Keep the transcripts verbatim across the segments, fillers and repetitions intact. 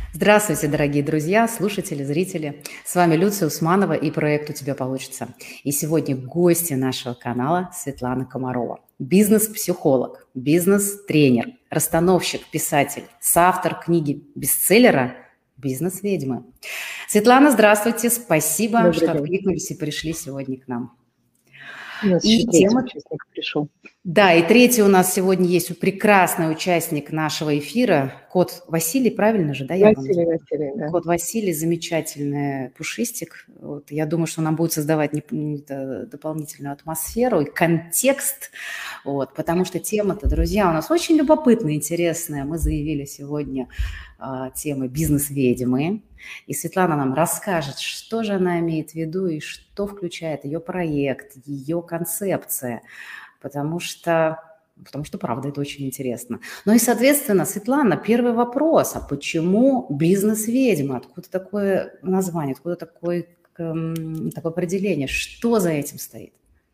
Здравствуйте, дорогие друзья, слушатели, зрители. С вами Люция Усманова и проект «У тебя получится». И сегодня гости нашего канала Светлана Комарова. Бизнес-психолог, бизнес-тренер, расстановщик, писатель, соавтор книги бестселлера «Бизнес-ведьмы». Светлана, здравствуйте, спасибо, Добрый что день. откликнулись и пришли сегодня к нам. У нас еще И третий тема... участник пришел. Да, и третий у нас сегодня есть прекрасный участник нашего эфира, кот Василий, правильно же, да, я его Василий, называю? Василий, да. Кот Василий, замечательный пушистик. Вот, я думаю, что нам будет создавать не, не, дополнительную атмосферу и контекст, вот, потому что тема-то, друзья, у нас очень любопытная, интересная. Мы заявили сегодня а, тему «Бизнес-ведьмы». И Светлана нам расскажет, что же она имеет в виду и что включает ее проект, ее концепция. Потому что, потому что, правда, это очень интересно. Ну и, соответственно, Светлана, первый вопрос. А почему бизнес-ведьма? Откуда такое название, откуда такое, такое определение? Что за этим стоит?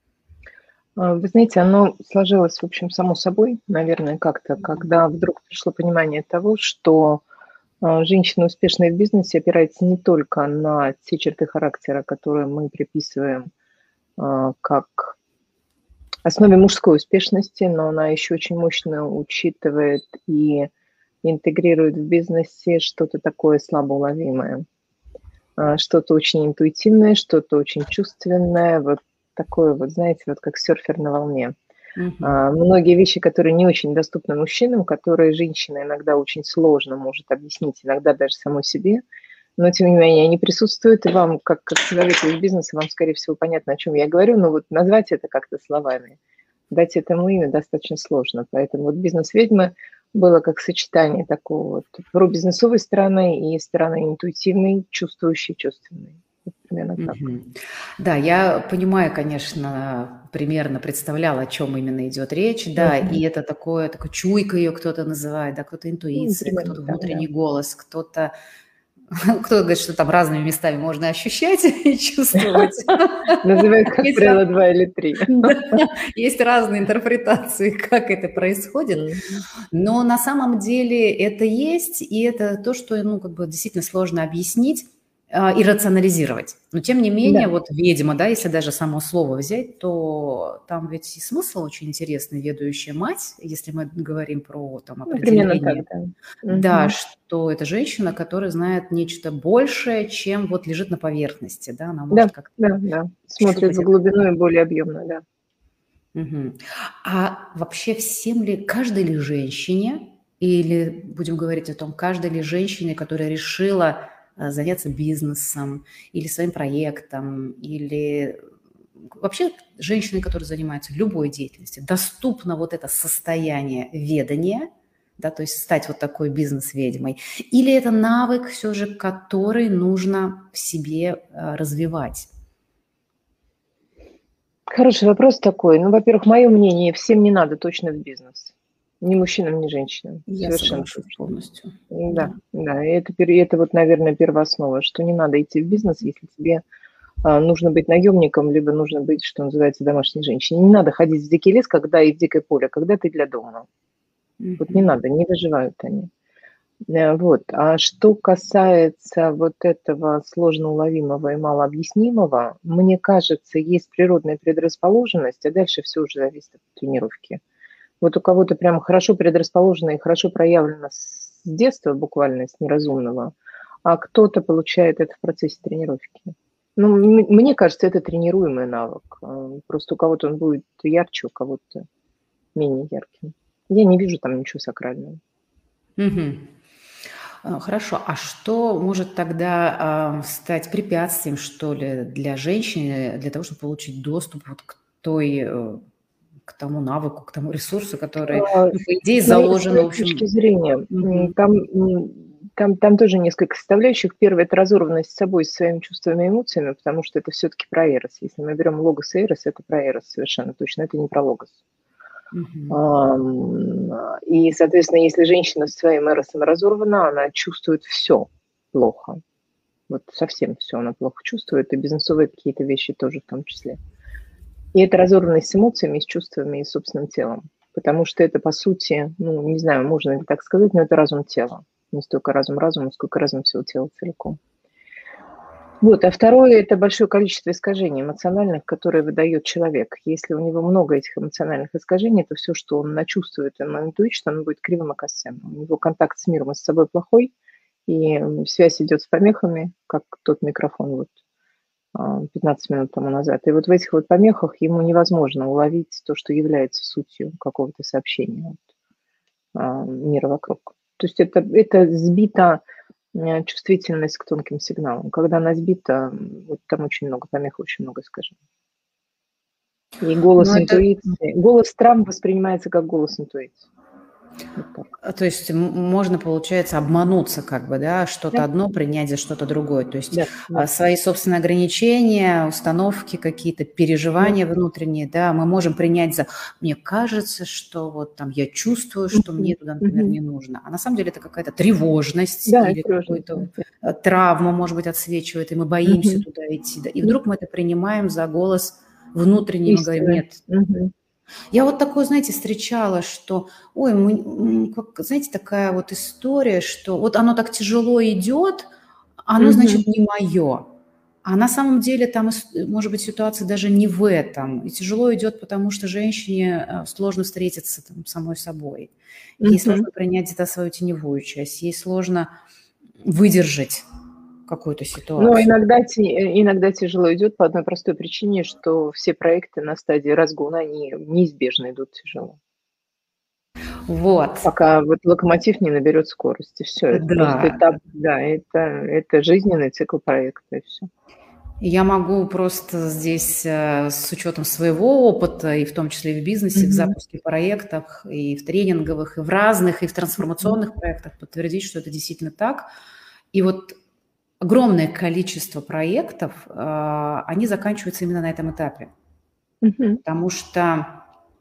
Вы знаете, оно сложилось, в общем, само собой, наверное, как-то, когда вдруг пришло понимание того, что женщина, успешная в бизнесе, опирается не только на те черты характера, которые мы приписываем как основе мужской успешности, но она еще очень мощно учитывает и интегрирует в бизнесе что-то такое слабоуловимое, что-то очень интуитивное, что-то очень чувственное, вот такое вот, знаете, вот как серфер на волне. Uh-huh. Многие вещи, которые не очень доступны мужчинам, которые женщина иногда очень сложно может объяснить, иногда даже самой себе, но тем не менее они присутствуют, и вам, как, как человеку из бизнеса, вам, скорее всего, понятно, о чем я говорю, но вот назвать это как-то словами, дать этому имя достаточно сложно. Поэтому вот «Бизнес-ведьмы» было как сочетание такого вот про бизнесовой стороны и стороны интуитивной, чувствующей, чувственной. Вот примерно так. Mm-hmm. Да, я понимаю, конечно, примерно представляла, о чем именно идет речь, да, mm-hmm. и это такое, такое чуйка ее кто-то называет, да, кто-то интуиция, mm-hmm. кто-то внутренний да. голос, кто-то Кто говорит, что там разными местами можно ощущать и чувствовать. Называют, как правило, два или три. Есть разные интерпретации, как это происходит. Но на самом деле это есть, и это то, что ну, как бы действительно сложно объяснить и рационализировать. Но тем не менее, да. вот ведьма, да, если даже само слово взять, то там ведь и смысл очень интересный, ведущая мать, если мы говорим про там определение. Ну, так, да, да угу. что это женщина, которая знает нечто большее, чем вот лежит на поверхности, да, она может да, как-то да, да. Смотрит в глубину и более объемно, да. Угу. А вообще всем ли, каждой ли женщине, или будем говорить о том, каждой ли женщине, которая решила заняться бизнесом или своим проектом, или вообще женщины, которые занимаются любой деятельностью, доступно вот это состояние ведания, да, то есть стать вот такой бизнес-ведьмой, или это навык все же, который нужно в себе развивать? Хороший вопрос такой. Ну, во-первых, мое мнение, всем не надо точно в бизнес. Ни мужчинам, ни женщинам. Я совершенно соглашусь полностью. Да, да, да. И это, это вот, наверное, первооснова, что не надо идти в бизнес, если тебе а, нужно быть наемником, либо нужно быть, что называется, домашней женщиной. Не надо ходить в дикий лес, когда и в дикое поле, когда ты для дома. Mm-hmm. Вот не надо, не выживают они. Вот. А что касается вот этого сложно уловимого и малообъяснимого, мне кажется, есть природная предрасположенность, а дальше все уже зависит от тренировки. Вот у кого-то прям хорошо предрасположено и хорошо проявлено с детства, буквально с неразумного, а кто-то получает это в процессе тренировки. Ну, мне кажется, это тренируемый навык. Просто у кого-то он будет ярче, у кого-то менее ярким. Я не вижу там ничего сакрального. Угу. Хорошо. А что может тогда э, стать препятствием, что ли, для женщины, для того, чтобы получить доступ вот к той... Э, к тому навыку, к тому ресурсу, который, ну, по идее, заложен, в общем... С точки зрения, mm-hmm. там, там, там тоже несколько составляющих. Первое – это разорванность с собой, с своими чувствами и эмоциями, потому что это все-таки про эрос. Если мы берем логос и эрос, это про эрос совершенно точно, это не про логос. Mm-hmm. И, соответственно, если женщина с своим эросом разорвана, она чувствует все плохо. Вот совсем все она плохо чувствует, и бизнесовые какие-то вещи тоже в том числе. И это разорванность с эмоциями, с чувствами и с собственным телом. Потому что это, по сути, ну, не знаю, можно ли так сказать, но это разум тела. Не столько разум разума, сколько разум всего тела целиком. Вот, а второе – это большое количество искажений эмоциональных, которые выдает человек. Если у него много этих эмоциональных искажений, то все, что он начувствует и интуит, что он будет кривым и косым. У него контакт с миром и с собой плохой, и связь идет с помехами, как тот микрофон вот пятнадцать минут тому назад. И вот в этих вот помехах ему невозможно уловить то, что является сутью какого-то сообщения от мира вокруг. То есть это, это сбито чувствительность к тонким сигналам. Когда она сбита, вот там очень много помех, очень много искажений. И голос Но интуиции. Это... Голос Трампа воспринимается как голос интуиции. Вот то есть можно, получается, обмануться, как бы, да, что-то да. одно принять за что-то другое. То есть да, да. свои собственные ограничения, установки какие-то, переживания да. внутренние, да, мы можем принять за... Мне кажется, что вот там я чувствую, что mm-hmm. мне туда, например, mm-hmm. не нужно. А на самом деле это какая-то тревожность да, или какая-то да. травма, может быть, отсвечивает, и мы боимся mm-hmm. туда идти. Да. И вдруг мы это принимаем за голос внутренний, и мы говорим, нет... Mm-hmm. Я вот такое, знаете, встречала, что, ой, мы, как, знаете, такая вот история, что вот оно так тяжело идет, оно, mm-hmm. значит, не мое. А на самом деле там, может быть, ситуация даже не в этом. И тяжело идет, потому что женщине сложно встретиться там, с самой собой. Ей mm-hmm. сложно принять где-то свою теневую часть, ей сложно выдержать какую-то ситуацию. Но иногда, иногда тяжело идет по одной простой причине, что все проекты на стадии разгона, они неизбежно идут тяжело. Вот. Пока вот локомотив не наберет скорости. Все, это да. просто этап, да, это, это жизненный цикл проекта, и все. Я могу просто здесь с учетом своего опыта, и в том числе и в бизнесе, mm-hmm. в запуске проектов, и в тренинговых, и в разных, и в трансформационных mm-hmm. проектах подтвердить, что это действительно так. И вот огромное количество проектов, э, они заканчиваются именно на этом этапе. Mm-hmm. Потому что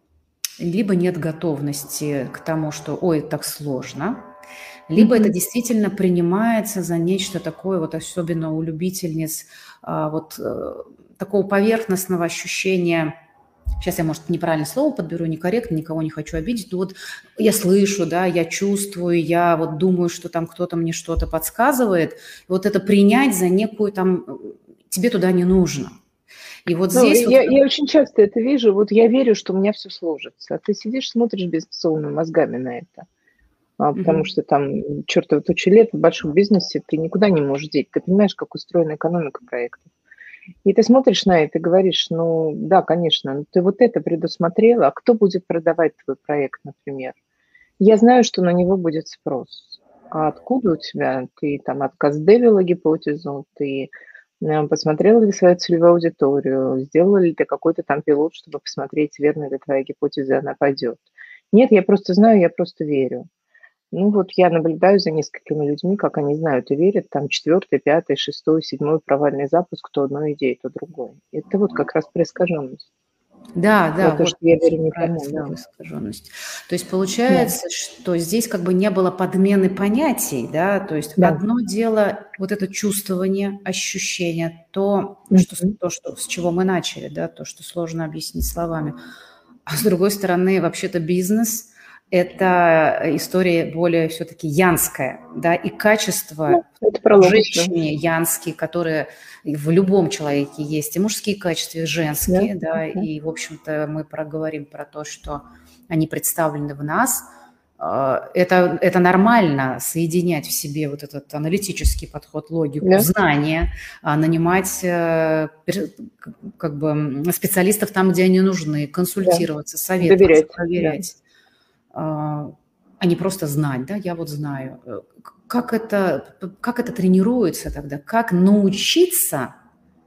либо нет готовности к тому, что «ой, так сложно», либо mm-hmm. это действительно принимается за нечто такое, вот особенно у любительниц, э, вот э, такого поверхностного ощущения. Сейчас я, может, неправильное слово подберу, некорректно, никого не хочу обидеть, но вот я слышу, да, я чувствую, я вот думаю, что там кто-то мне что-то подсказывает, вот это принять за некую там, тебе туда не нужно. И вот здесь... Ну, вот... я, я очень часто это вижу, вот я верю, что у меня все сложится, а ты сидишь, смотришь бизнесовыми мозгами на это, а, потому mm-hmm. что там чертова туча лет в большом бизнесе ты никуда не можешь деть, ты понимаешь, как устроена экономика проектов. И ты смотришь на это и говоришь, ну да, конечно, ты вот это предусмотрела, а кто будет продавать твой проект, например? Я знаю, что на него будет спрос. А откуда у тебя? Ты там отказдевила гипотезу, ты посмотрела ли свою целевую аудиторию, сделала ли ты какой-то там пилот, чтобы посмотреть, верно ли твоя гипотеза, она пойдет. Нет, я просто знаю, я просто верю. Ну вот я наблюдаю за несколькими людьми, как они знают и верят, там четвертый, пятый, шестой, седьмой провальный запуск, то одной идеи, то другой. Это вот как раз преискаженность. Да, да, вот, то, что я верю никому. Да. Преискаженность. То есть получается, да. что здесь как бы не было подмены понятий, да, то есть да. одно дело вот это чувствование, ощущение, то, mm-hmm. что, то что, с чего мы начали, да, то, что сложно объяснить словами. А с другой стороны, вообще-то бизнес – это история более все-таки янская, да, и качество ну, в женщине янские, которые в любом человеке есть, и мужские качества, и женские, да, да, и, в общем-то, мы проговорим про то, что они представлены в нас. Это, это нормально соединять в себе вот этот аналитический подход, логику, да. знания, нанимать как бы специалистов там, где они нужны, консультироваться, да. советоваться, доверять. проверять. Да. А не просто знать, да, я вот знаю. Как это, как это тренируется тогда? Как научиться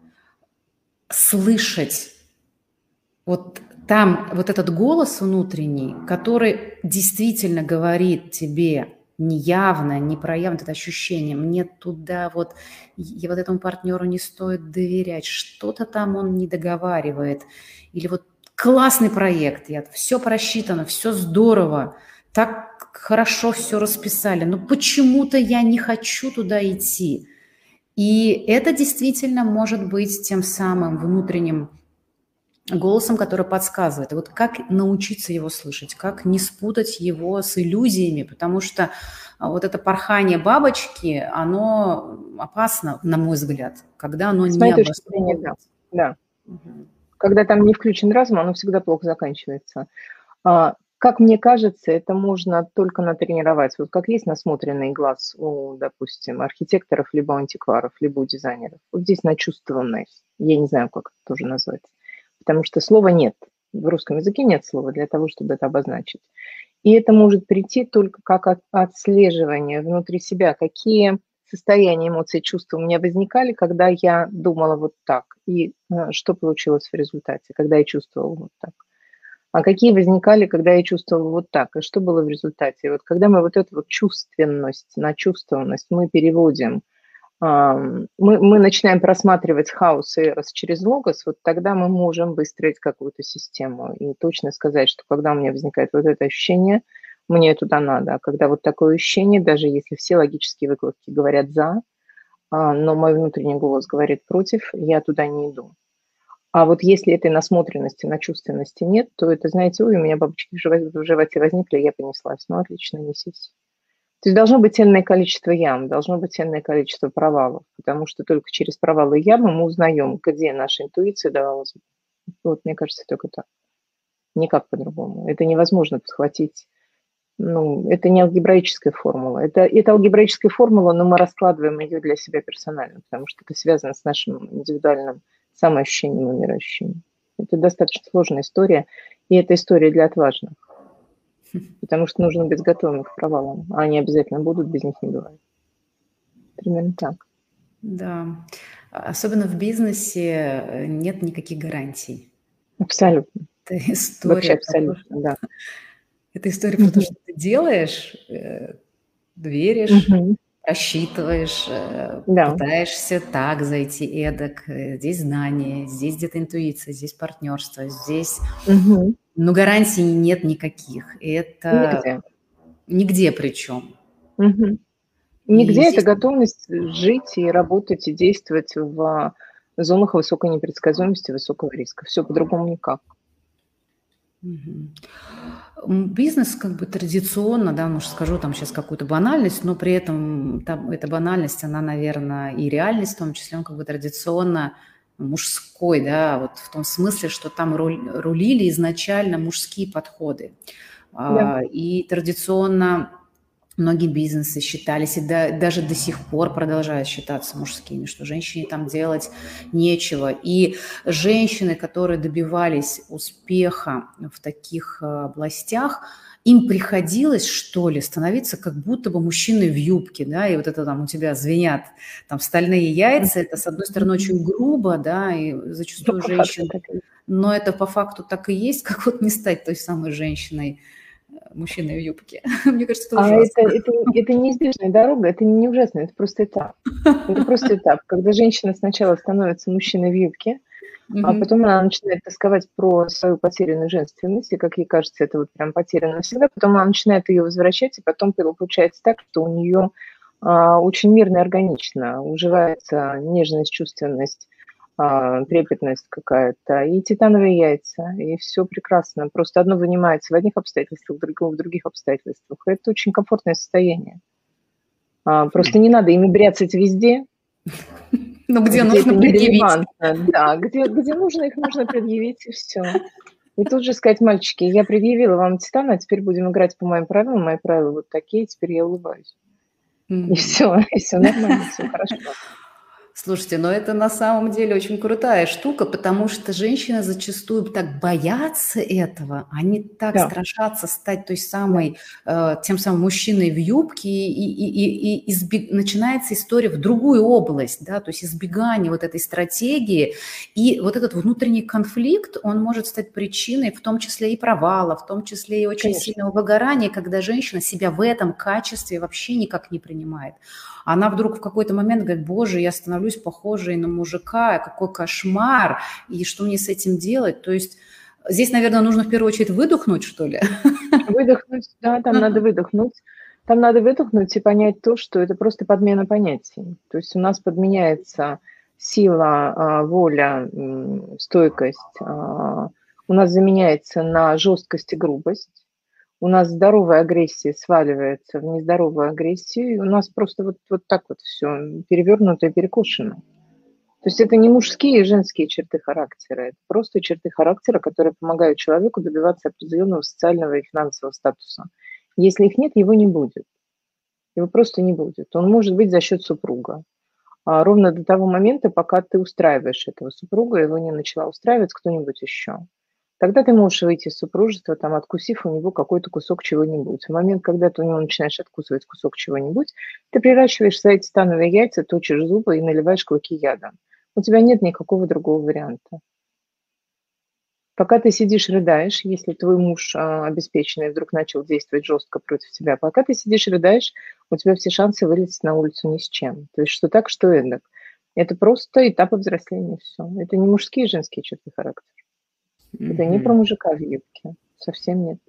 слышать вот там вот этот голос внутренний, который действительно говорит тебе неявно, непроявно, это ощущение, мне туда вот, и вот этому партнеру не стоит доверять, что-то там он не договаривает, или вот классный проект, я, все просчитано, все здорово, так хорошо все расписали, но почему-то я не хочу туда идти. И это действительно может быть тем самым внутренним голосом, который подсказывает. И вот как научиться его слышать, как не спутать его с иллюзиями, потому что вот это порхание бабочки, оно опасно, на мой взгляд, когда оно С не моей точки зрения, обосновано. да. Да. Мгм. Когда там не включен разум, оно всегда плохо заканчивается. А, как мне кажется, это можно только натренировать. Вот как есть насмотренный глаз у, допустим, архитекторов, либо антикваров, либо у дизайнеров. Вот здесь начувствованность. Я не знаю, как это тоже назвать. Потому что слова нет. В русском языке нет слова для того, чтобы это обозначить. И это может прийти только как от отслеживание внутри себя, какие состояния, эмоции, чувства у меня возникали, когда я думала вот так, и э, что получилось в результате, когда я чувствовала вот так. А какие возникали, когда я чувствовала вот так, и что было в результате. И вот когда мы вот эту вот чувственность на чувствованность мы переводим, ам, мы, мы начинаем просматривать хаос и эрос через логос, вот тогда мы можем выстроить какую-то систему и точно сказать, что когда у меня возникает вот это ощущение, мне туда надо. А когда вот такое ощущение, даже если все логические выкладки говорят «за», а, но мой внутренний голос говорит «против», я туда не иду. А вот если этой насмотренности, на чувственности нет, то это, знаете, ой, у меня бабочки в животе, в животе возникли, я понеслась. Ну, отлично, несись. То есть должно быть ценное количество ям, должно быть ценное количество провалов, потому что только через провалы и ямы мы узнаем, где наша интуиция давала сбой. Вот, мне кажется, только так. Никак по-другому. Это невозможно подхватить. Ну, это не алгебраическая формула. Это, это алгебраическая формула, но мы раскладываем ее для себя персонально, потому что это связано с нашим индивидуальным самоощущением и мироощущением. Это достаточно сложная история, и это история для отважных, потому что нужно быть готовым к провалам, а они обязательно будут, без них не бывает. Примерно так. Да. Особенно в бизнесе нет никаких гарантий. Абсолютно. Это Вообще история про то, абсолютно, что да. это история про то, Мгм. что ты делаешь, э, веришь, Мгм. рассчитываешь, э, Да. пытаешься так зайти, эдак. э, Здесь знания, здесь где-то интуиция, здесь партнерство, здесь... Мгм. Но гарантий нет никаких. И это Нигде. нигде причем. Мгм. И Нигде это здесь... готовность жить и работать, и действовать в зонах высокой непредсказуемости, высокого риска. Все по-другому никак. Мгм. М, Бизнес как бы традиционно, да, может, скажу там сейчас какую-то банальность, но при этом там, эта банальность, она, наверное, и реальность в том числе, он как бы традиционно мужской, да, вот в том смысле, что там руль- рулили изначально мужские подходы. Да. А, И традиционно многие бизнесы считались и да- даже до сих пор продолжают считаться мужскими, что женщине там делать нечего. И женщины, которые добивались успеха в таких э, областях, им приходилось, что ли, становиться как будто бы мужчиной в юбке, да, и вот это там у тебя звенят там стальные яйца, это, с одной стороны, очень Мгм. грубо, да, и Ну, зачастую по факту женщин, так и есть. но это по факту так и есть, как вот не стать той самой женщиной, э, мужчиной в юбке. Мне кажется, это А это ужасно. это это неизбежная дорога, это не ужасно, это просто этап. Это просто этап, когда женщина сначала становится мужчиной в юбке, а Мгм. потом она начинает тосковать про свою потерянную женственность, и, как ей кажется, это вот прям потеряно навсегда. Потом она начинает ее возвращать, и потом получается так, что у нее а, очень мирно и органично уживается нежность, чувственность, а, трепетность какая-то и титановые яйца, и все прекрасно. Просто одно вынимается в одних обстоятельствах, другое в других обстоятельствах. Это очень комфортное состояние. А, просто не надо ими бряцать везде, Ну, где где это нужно предъявить. нерелевантно, да, где где нужно, их нужно предъявить, и все. И тут же сказать: "Мальчики, я предъявила вам титан, а теперь будем играть по моим правилам. Мои правила вот такие, теперь я улыбаюсь". И Мгм. все, и все нормально, все хорошо. Слушайте, но это на самом деле очень крутая штука, потому что женщины зачастую так боятся этого, они так Да, страшатся стать той да, самой, э, тем самым мужчиной в юбке, и, и- и- и избег- начинается история в другую область, да, то есть избегание вот этой стратегии, и вот этот внутренний конфликт, он может стать причиной в том числе и провала, в том числе и очень конечно. сильного выгорания, когда женщина себя в этом качестве вообще никак не принимает. Она вдруг в какой-то момент говорит: боже, я становлюсь похожей на мужика, какой кошмар, и что мне с этим делать? То есть здесь, наверное, нужно в первую очередь выдохнуть, что ли? Выдохнуть, да, там надо выдохнуть. Там надо выдохнуть и понять то, что это просто подмена понятий. То есть у нас подменяется сила, а, воля, м, стойкость а, у нас заменяется на жесткость и грубость. У нас здоровая агрессия сваливается в нездоровую агрессию, и у нас просто вот, вот так вот все перевернуто и перекошено. То есть это не мужские и женские черты характера, это просто черты характера, которые помогают человеку добиваться определенного социального и финансового статуса. Если их нет, его не будет. Его просто не будет. Он может быть за счет супруга. А ровно до того момента, пока ты устраиваешь этого супруга, его не начала устраивать кто-нибудь еще. Тогда ты можешь выйти из супружества, там, откусив у него какой-то кусок чего-нибудь. В момент, когда ты у него начинаешь откусывать кусок чего-нибудь, ты превращаешь свои титановые яйца, точишь зубы и наливаешь клыки ядом. У тебя нет никакого другого варианта. Пока ты сидишь, рыдаешь, если твой муж а, обеспеченный вдруг начал действовать жестко против тебя, пока ты сидишь, рыдаешь, у тебя все шансы вылезть на улицу ни с чем. То есть что так, что эдак. Это просто этапы взросления, все. Это не мужские и женские черты характера. Это не про Мгм. мужика в юбке. Совсем нет.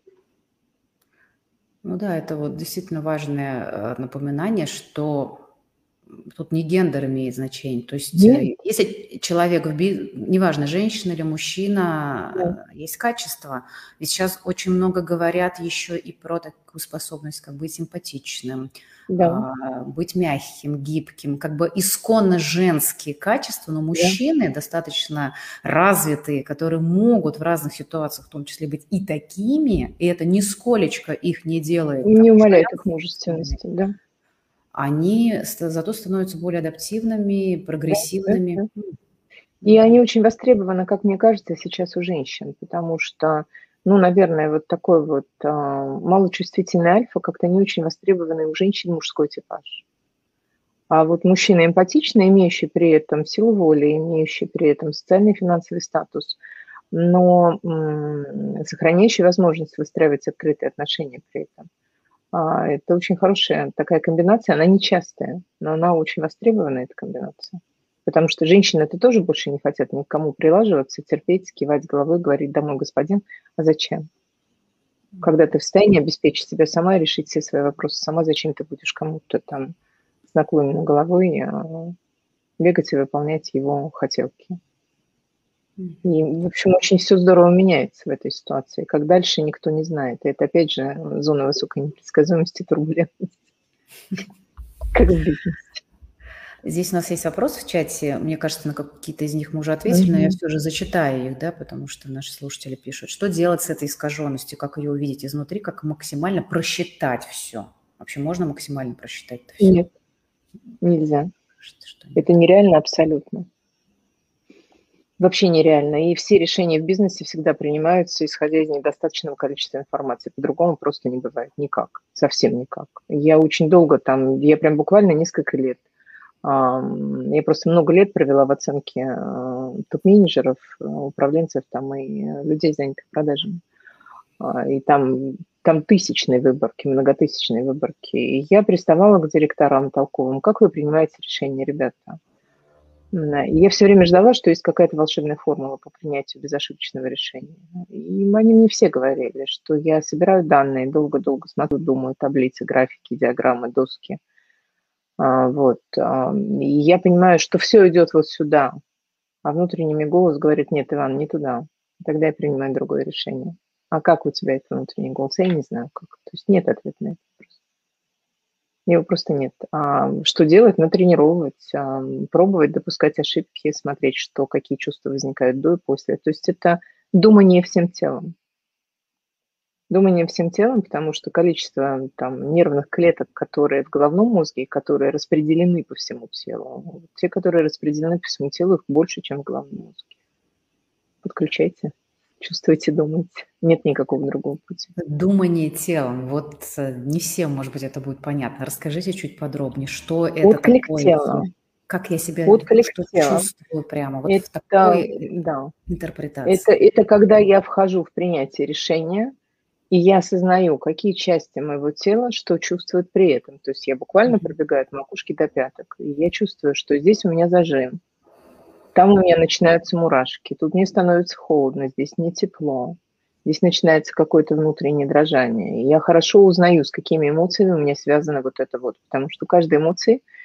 Ну да, это вот действительно важное э, напоминание, что тут не гендер имеет значение. То есть Нет, э, если человек в би... неважно, женщина или да, мужчина, э, есть качество. Ведь сейчас очень много говорят еще и про такую способность, как быть эмпатичным, да, а, быть мягким, гибким, как бы исконно женские качества, но да. мужчины достаточно развитые, которые могут в разных ситуациях, в том числе, быть и такими, и это нисколечко их не делает там Не умаляет их женственными, мужественности, да. они ст- зато становятся более адаптивными, Да, да, прогрессивными. да. И они Мгм. очень востребованы, как мне кажется, сейчас у женщин, потому что, ну, наверное, вот такой вот а, малочувствительный альфа как-то не очень востребованный у женщин мужской типаж. А вот мужчина эмпатичный, имеющий при этом силу воли, имеющий при этом социальный и финансовый статус, но м, сохраняющий возможность выстраивать открытые отношения при этом. А, это очень хорошая такая комбинация, она нечастая, но она очень востребована, эта комбинация. Потому что женщины-то тоже больше не хотят ни к кому прилаживаться, терпеть, кивать головой, говорить: «Домой, господин». А зачем? Когда ты в состоянии обеспечить себя сама и решить все свои вопросы сама, зачем ты будешь кому-то там с наклоненной головой а, бегать и выполнять его хотелки? И, Мгм. в общем, очень все здорово меняется в этой ситуации. Как дальше, никто не знает. И это, опять же, зона высокой непредсказуемости, турбулентности, как в бизнесе. Здесь у нас есть вопросы в чате. Мне кажется, на какие-то из них мы уже ответили, но я Мгм. все же зачитаю их, да, потому что наши слушатели пишут. Что делать с этой искаженностью? Как ее увидеть изнутри? Как максимально просчитать все? Вообще можно максимально просчитать это все? Нет, нельзя. Что, что Это нет? нереально абсолютно. Вообще нереально. И все решения в бизнесе всегда принимаются, исходя из недостаточного количества информации. По-другому просто не бывает. Никак. Совсем никак. Я очень долго там, я прям буквально несколько лет. ам, Я просто много лет провела в оценке а, топ-менеджеров, а, управленцев там и э, людей, занятых продажами. А, И там, там тысячные выборки, многотысячные выборки. И я приставала к директорам толковым. Как вы принимаете решения, ребята? М, и я все время ждала, что есть какая-то волшебная формула по принятию безошибочного решения. И они мне все говорили, что я собираю данные, долго-долго смотрю, думаю, таблицы, графики, диаграммы, доски. А, вот, ам, и я понимаю, что все идет вот сюда, а внутренний мне голос говорит: «Нет, Иван, не туда». Тогда я принимаю другое решение. А как у тебя это внутренний голос? Я не знаю как. То есть нет ответа на этот вопрос. Его просто нет. А, что делать? Натренировывать, ам, пробовать, допускать ошибки, смотреть, что, какие чувства возникают до и после. То есть это думание всем телом. Думание всем телом, потому что количество там нервных клеток, которые в головном мозге, которые распределены по всему телу, вот те, которые распределены по всему телу, их больше, чем в головном мозге. Подключайте, чувствуйте, думайте. Нет никакого другого пути. Думание телом. Вот э, не всем, может быть, это будет понятно. Расскажите чуть подробнее, что это Отклик такое, тела. и как я себя веду, Отклик что тела. чувствую прямо вот в Это, такой да, интерпретации. это, это когда я вхожу в принятие решения, и я осознаю, какие части моего тела что чувствуют при этом. То есть я буквально Мгм. пробегаю от макушки до пяток, и я чувствую, что здесь у меня зажим, там у меня начинаются мурашки, тут мне становится холодно, здесь не тепло, здесь начинается какое-то внутреннее дрожание. И я хорошо узнаю, с какими эмоциями у меня связано вот это вот, потому что у каждой эмоции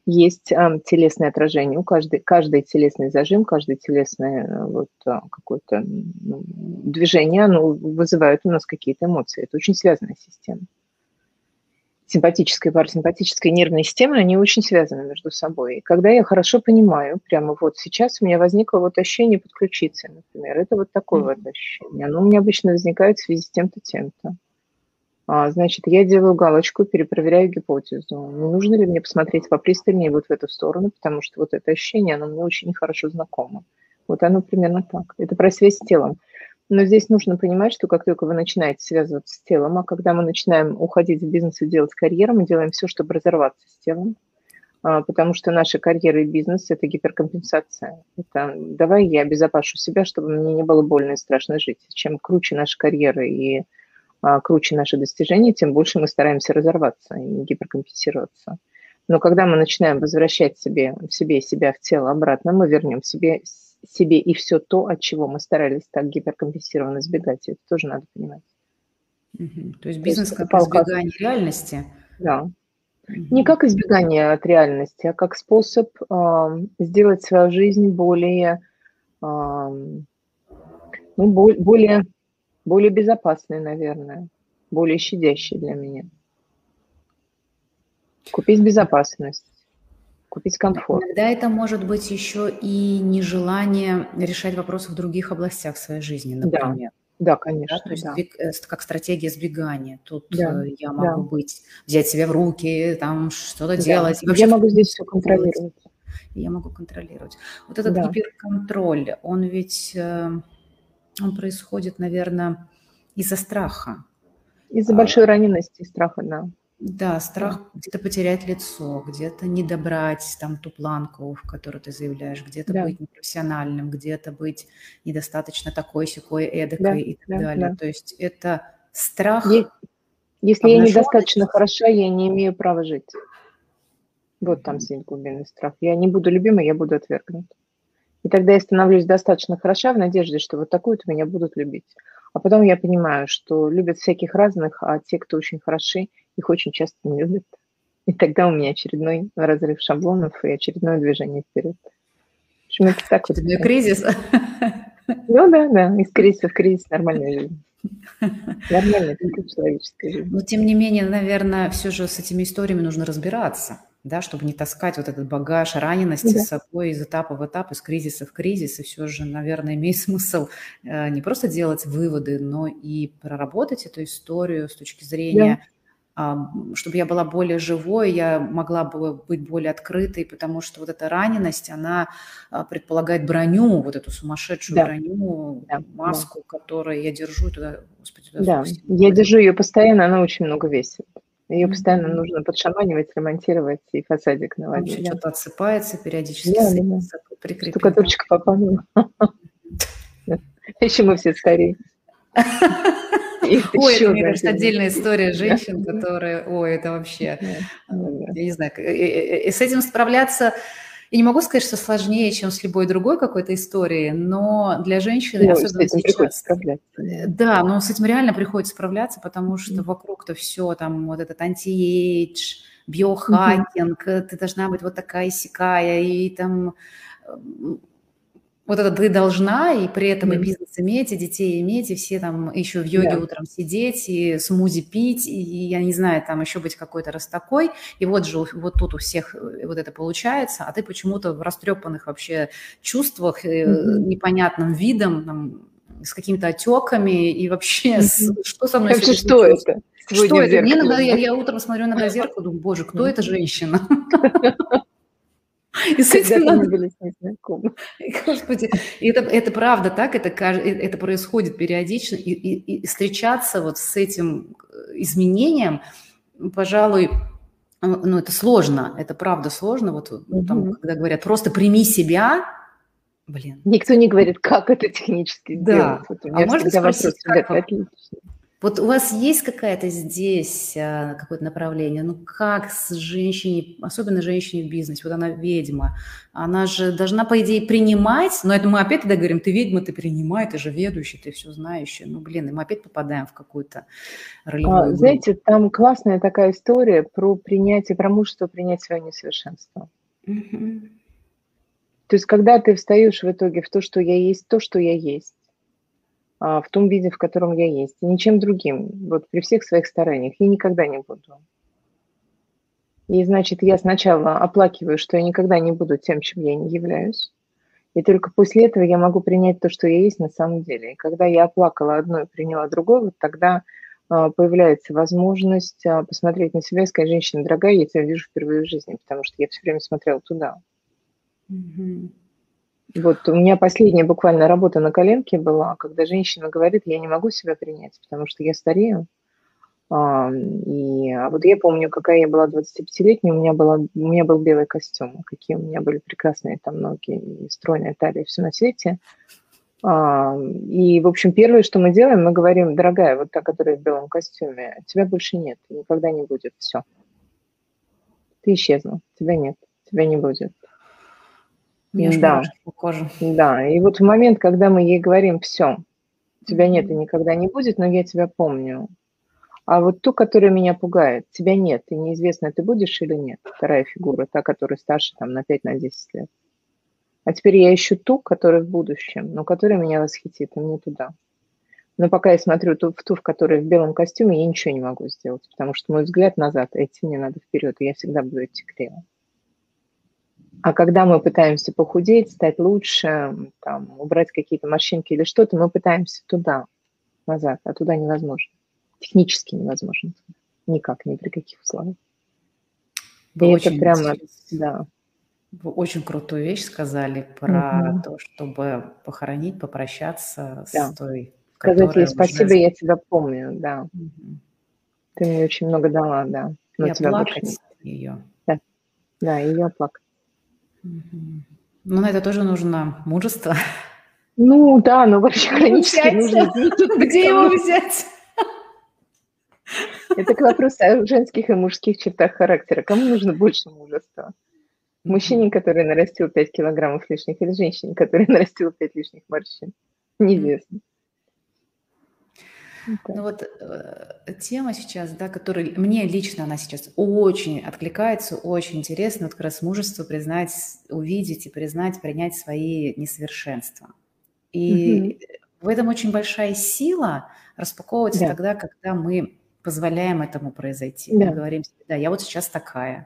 есть а, телесное отражение. У каждой, каждый телесный зажим, каждое телесное вот, какое-то ну, движение, оно вызывает у нас какие-то эмоции. Это очень связанная система. Симпатическая и парасимпатическая нервные системы, они очень связаны между собой. И когда я хорошо понимаю, прямо вот сейчас у меня возникло вот ощущение подключиться, например, это вот такое вот ощущение. Оно у меня обычно возникает в связи с тем-то, тем-то. А, значит, я делаю галочку, перепроверяю гипотезу. Не нужно ли мне посмотреть попристальнее вот в эту сторону, потому что вот это ощущение, оно мне очень хорошо знакомо. Вот оно примерно так. Это про связь с телом. Но здесь нужно понимать, что как только вы начинаете связываться с телом, а когда мы начинаем уходить в бизнес и делать карьеру, мы делаем все, чтобы разорваться с телом, потому что наша карьера и бизнес – это гиперкомпенсация. Это давай я обезопашу себя, чтобы мне не было больно и страшно жить. Чем круче наша карьера и а, круче наши достижения, тем больше мы стараемся разорваться и гиперкомпенсироваться. Но когда мы начинаем возвращать себе, в себе себя в тело обратно, мы вернем себе себе и все то, от чего мы старались так гиперкомпенсированно избегать. Это тоже надо понимать. Угу. То есть бизнес как избегание реальности? Да. Угу. Не как избегание от реальности, а как способ э, сделать свою жизнь более, э, ну, более, более безопасной, наверное, более щадящей для меня. Купить безопасность. Купить комфорт. Иногда это может быть еще и нежелание решать вопросы в других областях своей жизни, например. Да, да, конечно. Да, то есть да. Сбег, как стратегия сбегания. Тут да, я могу да. быть, взять себя в руки, там что-то да. делать. Я могу здесь все контролировать. Я могу контролировать. Вот этот да. гиперконтроль, он ведь он происходит, наверное, из-за страха. Из-за большой ранености и страха, да. Да, страх да. где-то потерять лицо, где-то не добрать там ту планку, в которую ты заявляешь, где-то да. быть непрофессиональным, где-то быть недостаточно такой-сякой, эдакой да, и так да, далее. Да. То есть это страх. Если, если я недостаточно хороша, я не имею права жить. Вот там сидит глубинный страх. Я не буду любима, я буду отвергнута. И тогда я становлюсь достаточно хороша в надежде, что вот такую-то меня будут любить. А потом я понимаю, что любят всяких разных, а те, кто очень хороши, их очень часто не любят. И тогда у меня очередной разрыв шаблонов и очередное движение вперед. В общем, это так очередной вот. Кризис. Ну да, да, из кризиса в кризис нормальная жизнь. Нормальная, только человеческая жизнь. Но тем не менее, наверное, все же с этими историями нужно разбираться, да, чтобы не таскать вот этот багаж ранености да. с собой из этапа в этап, из кризиса в кризис. И все же, наверное, имеет смысл не просто делать выводы, но и проработать эту историю с точки зрения... Да. Чтобы я была более живой, я могла бы быть более открытой, потому что вот эта раненость, она предполагает броню, вот эту сумасшедшую да. броню, да. маску, да. которую я держу туда, господи, туда да, я держу ее постоянно, она очень много весит. Ее mm-hmm. постоянно нужно подшаманивать, ремонтировать и фасадик наводить. Да. Что-то отсыпается периодически, да, сыпется, да. Штукатурочка попала. Еще мы все стареем. Ой, это, мне кажется, отдельная история женщин, которые, ой, это вообще, я не знаю, и с этим справляться, я не могу сказать, что сложнее, чем с любой другой какой-то историей, но для женщины, ну, особенно с этим сейчас, справляться. Да, но с этим реально приходится справляться, потому что mm-hmm. вокруг-то все, там, вот этот анти-эйдж, биохакинг, mm-hmm. ты должна быть вот такая сякая, и там... Вот это ты должна, и при этом mm-hmm. и бизнес иметь, и детей иметь, и все там еще в йоге yeah. утром сидеть, и смузи пить, и, я не знаю, там еще быть какой-то раз такой. И вот же вот тут у всех вот это получается, а ты почему-то в растрепанных вообще чувствах, mm-hmm. непонятным видом, там, с какими-то отеками, и вообще, mm-hmm. с, что со мной вообще, что это? Что это? Мне иногда, я, я утром смотрю на зеркало, думаю, боже, кто mm-hmm. эта женщина? И с этим надо... были с ней знакомы. Господи, и это, это правда так, это, это происходит периодично, и, и, и встречаться вот с этим изменением, пожалуй, ну, это сложно, это правда сложно, вот угу. там, когда говорят, просто прими себя, блин. Никто не говорит, как это технически да. сделать. Вот у меня а можно спросить, вопрос, как... отлично. Вот у вас есть какая-то здесь какое-то направление? Ну как с женщиной, особенно женщиной в бизнесе, вот она ведьма, она же должна, по идее, принимать, но это мы опять тогда говорим, ты ведьма, ты принимай, ты же ведущий, ты все знающий. Ну блин, и мы опять попадаем в какую-то ролевую игру. Знаете, там классная такая история про принятие, про мужество принять свое несовершенство. Мгм. То есть когда ты встаешь в итоге в то, что я есть то, что я есть, а, в том виде, в котором я есть, и ничем другим, вот при всех своих стараниях, я никогда не буду. И значит, я сначала оплакиваю, что я никогда не буду тем, чем я не являюсь, и только после этого я могу принять то, что я есть на самом деле. И когда я оплакала одно и приняла другое, вот тогда а, появляется возможность а, посмотреть на себя и сказать: женщина дорогая, я тебя вижу впервые в жизни, потому что я все время смотрела туда. Мгм. Вот у меня последняя буквально работа на коленке была, когда женщина говорит: я не могу себя принять, потому что я старею. А, и, а вот я помню, какая я была двадцатипятилетняя, у меня, была, у меня был белый костюм, какие у меня были прекрасные там ноги, и стройная талия, все на свете. А, и, в общем, первое, что мы делаем, мы говорим: дорогая, вот та, которая в белом костюме, тебя больше нет, никогда не будет, все. Ты исчезла, тебя нет, тебя не будет. У меня аж Да, мурашки по коже. да. И вот в момент, когда мы ей говорим: все, тебя нет и Мгм. никогда не будет, но я тебя помню. А вот ту, которая меня пугает, тебя нет, и неизвестно, ты будешь или нет. Вторая фигура, та, которая старше там на пять на десять лет. А теперь я ищу ту, которая в будущем, но которая меня восхитит, и мне туда. Но пока я смотрю ту, в ту, в которой в белом костюме, я ничего не могу сделать, потому что мой взгляд назад, а идти мне надо вперед, и я всегда буду идти криво. А когда мы пытаемся похудеть, стать лучше, там, убрать какие-то морщинки или что-то, мы пытаемся туда, назад, а туда невозможно. Технически невозможно. Никак, ни при каких условиях. И Вы это очень прямо, сейчас да. вы очень крутую вещь сказали про Мгм. то, чтобы похоронить, попрощаться с Да. той, Сказать ей которая уже спасибо, я тебя помню, да. Мгм. Ты мне очень много дала, да, И но тебя больше нет. оплакать ее. Да, да, ее оплакать. Мгм. Но на это тоже нужно мужество. Ну да, но вообще Его хронически взять? нужно отнестись к Где его тому. взять? Это к вопросу о женских и мужских чертах характера. Кому нужно больше мужества? Мужчине, Мгм. который нарастил пять килограммов лишних, или женщине, которая нарастила пять лишних морщин? М. Неизвестно. Ну Да. вот, э, тема сейчас, да, которая мне лично она сейчас очень откликается, очень интересно. Вот как раз мужество признать, увидеть и признать, принять свои несовершенства. Мгм. И в этом очень большая сила распаковывается Да, тогда, когда мы позволяем этому произойти. Мы да. говорим себе: да, я вот сейчас такая,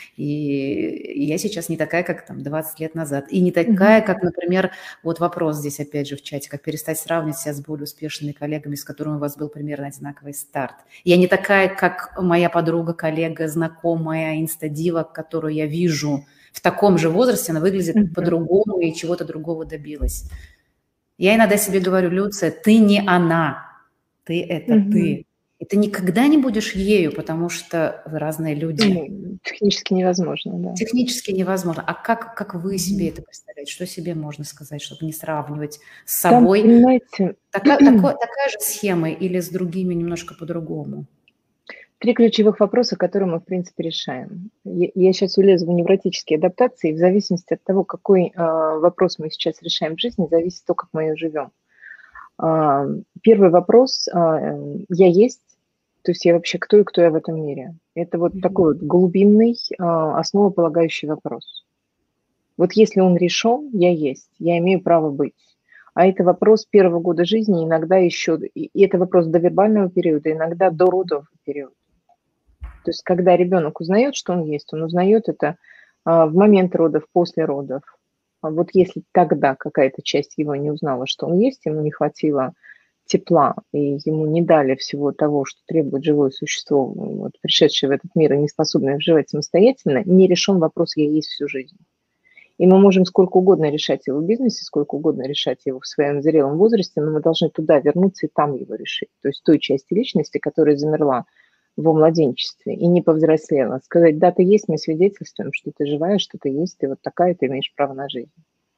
и я сейчас не такая, как там двадцать лет назад, и не Мгм. такая, как, например, вот вопрос здесь опять же в чате, как перестать сравнивать себя с более успешными коллегами, с которыми у вас был примерно одинаковый старт. Я не такая, как моя подруга, коллега, знакомая, инстадива, которую я вижу в таком же возрасте, она выглядит Мгм. по-другому и чего-то другого добилась. Я иногда себе говорю: Люция, ты не она, ты – это Мгм. ты. И ты никогда не будешь ею, потому что вы разные люди. Ну, технически невозможно, да. Технически невозможно. А как, как вы себе Мгм. это представляете? Что себе можно сказать, чтобы не сравнивать с Там, собой? понимаете, Така, тако- такая же схема или с другими немножко по-другому? три ключевых вопроса, которые мы, в принципе, решаем. Я, я сейчас улезу в невротические адаптации, и в зависимости от того, какой а, вопрос мы сейчас решаем в жизни, зависит то, как мы ее живем. А, первый вопрос а, э, «я есть?», то есть я вообще кто и кто я в этом мире? Это вот Мгм. такой вот глубинный, а, основополагающий вопрос. Вот если он решен, я есть, я имею право быть. А это вопрос первого года жизни, иногда еще, и и это вопрос до вербального периода, иногда до родового периода. То есть когда ребенок узнает, что он есть, он узнает это а, в момент родов, после родов. А вот если тогда какая-то часть его не узнала, что он есть, ему не хватило тепла, и ему не дали всего того, что требует живое существо, вот, пришедшее в этот мир и не способное выживать самостоятельно, не решен вопрос «я есть всю жизнь». И мы можем сколько угодно решать его в бизнесе, сколько угодно решать его в своем зрелом возрасте, но мы должны туда вернуться и там его решить. То есть той части личности, которая замерла во младенчестве и не повзрослела. Сказать: да, ты есть, мы свидетельствуем, что ты живая, что ты есть, ты вот такая, ты имеешь право на жизнь.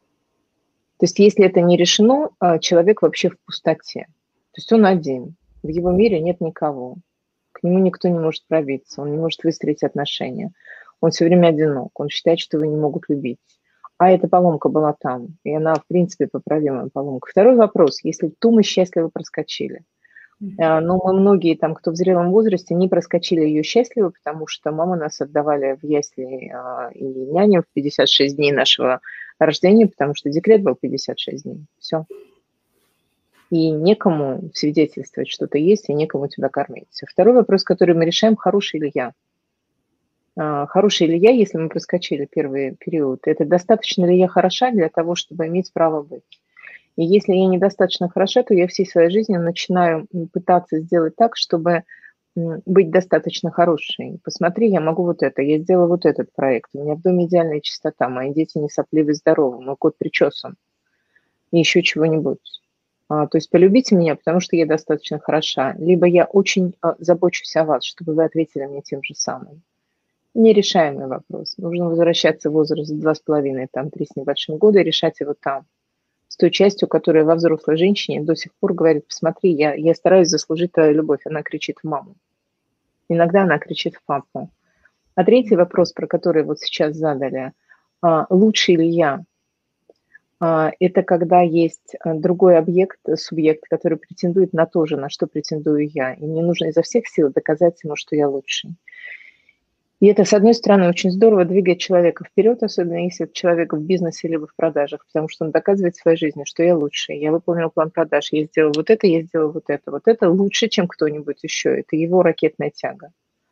То есть если это не решено, а, человек вообще в пустоте. То есть он один, в его мире нет никого, к нему никто не может пробиться, он не может выстроить отношения, он все время одинок, он считает, что его не могут любить. А эта поломка была там, и она, в принципе, поправимая поломка. Второй вопрос. Если ту мы счастливо проскочили, А, но мы многие там, кто в зрелом возрасте, не проскочили ее счастливо, потому что мамы нас отдавали в ясли а, и няням в пятьдесят шесть дней нашего рождения, потому что декрет был пятьдесят шесть дней. Все. И некому свидетельствовать, что ты есть, и некому тебя кормить. Второй вопрос, который мы решаем, хороший ли я. А, Хороший ли я, если мы проскочили первый период, это достаточно ли я хороша для того, чтобы иметь право быть. И если я недостаточно хороша, то я всей своей жизнью начинаю пытаться сделать так, чтобы быть достаточно хорошей. Посмотри, я могу вот это, я сделала вот этот проект, у меня в доме идеальная чистота, мои дети не сопливы, здоровы, мой кот причесан, и еще чего-нибудь. А, то есть полюбите меня, потому что я достаточно хороша, либо я очень а, забочусь о вас, чтобы вы ответили мне тем же самым. Нерешаемый вопрос. Нужно возвращаться в возраст два с половиной, там, три с небольшим года и решать его там. С той частью, которая во взрослой женщине до сих пор говорит, посмотри, я, я стараюсь заслужить твою любовь. Она кричит в маму. Иногда она кричит в папу. А третий вопрос, про который вот сейчас задали, а, лучше ли я? А, это когда есть другой объект, субъект, который претендует на то же, на что претендую я. И мне нужно изо всех сил доказать ему, что я лучший. И это, с одной стороны, очень здорово двигает человека вперед, особенно если это человек в бизнесе либо в продажах, потому что он доказывает в своей жизни, что я лучший, я выполнил план продаж, я сделал вот это, я сделал вот это. Вот это лучше, чем кто-нибудь еще. Это его ракетная тяга.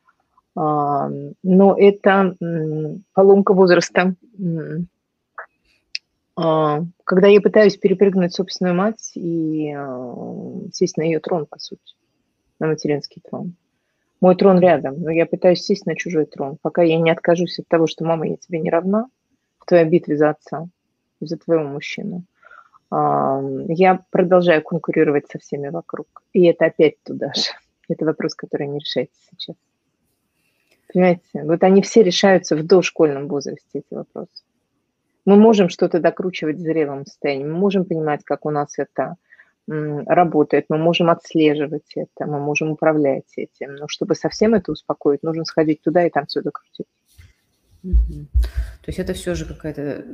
Но это поломка возраста. Когда я пытаюсь перепрыгнуть собственную мать и сесть на ее трон, по сути, на материнский трон. Мой трон рядом, но я пытаюсь сесть на чужой трон. Пока я не откажусь от того, что мама, я тебе не равна в твоей битве за отца, за твоего мужчину, я продолжаю конкурировать со всеми вокруг. И это опять туда же. Это вопрос, который не решается сейчас. Понимаете? Вот они все решаются в дошкольном возрасте, эти вопросы. Мы можем что-то докручивать в зрелом состоянии, мы можем понимать, как у нас это работает, мы можем отслеживать это, мы можем управлять этим. Но чтобы совсем это успокоить, нужно сходить туда и там все докрутить. Угу. То есть это все же какая-то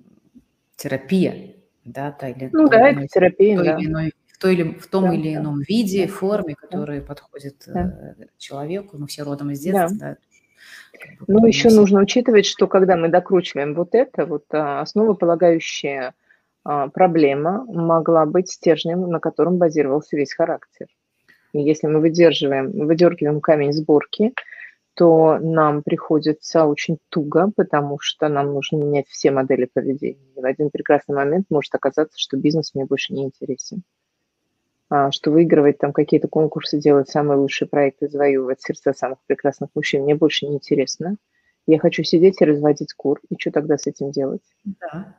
терапия, да? Та или, ну да, это терапия, в той да. Или иной, в, той или, в том да, или да. ином виде, да. форме, которая да. подходит да. человеку. Мы все родом из детства, да. да. Ну, еще все... нужно учитывать, что когда мы докручиваем вот это, вот основополагающая проблема могла быть стержнем, на котором базировался весь характер. И если мы выдерживаем, выдергиваем камень сборки, то нам приходится очень туго, потому что нам нужно менять все модели поведения. И в один прекрасный момент может оказаться, что бизнес мне больше не интересен. А, что выигрывать там какие-то конкурсы, делать самые лучшие проекты, завоевывать сердца самых прекрасных мужчин мне больше не интересно. Я хочу сидеть и разводить кур. И что тогда с этим делать? Да.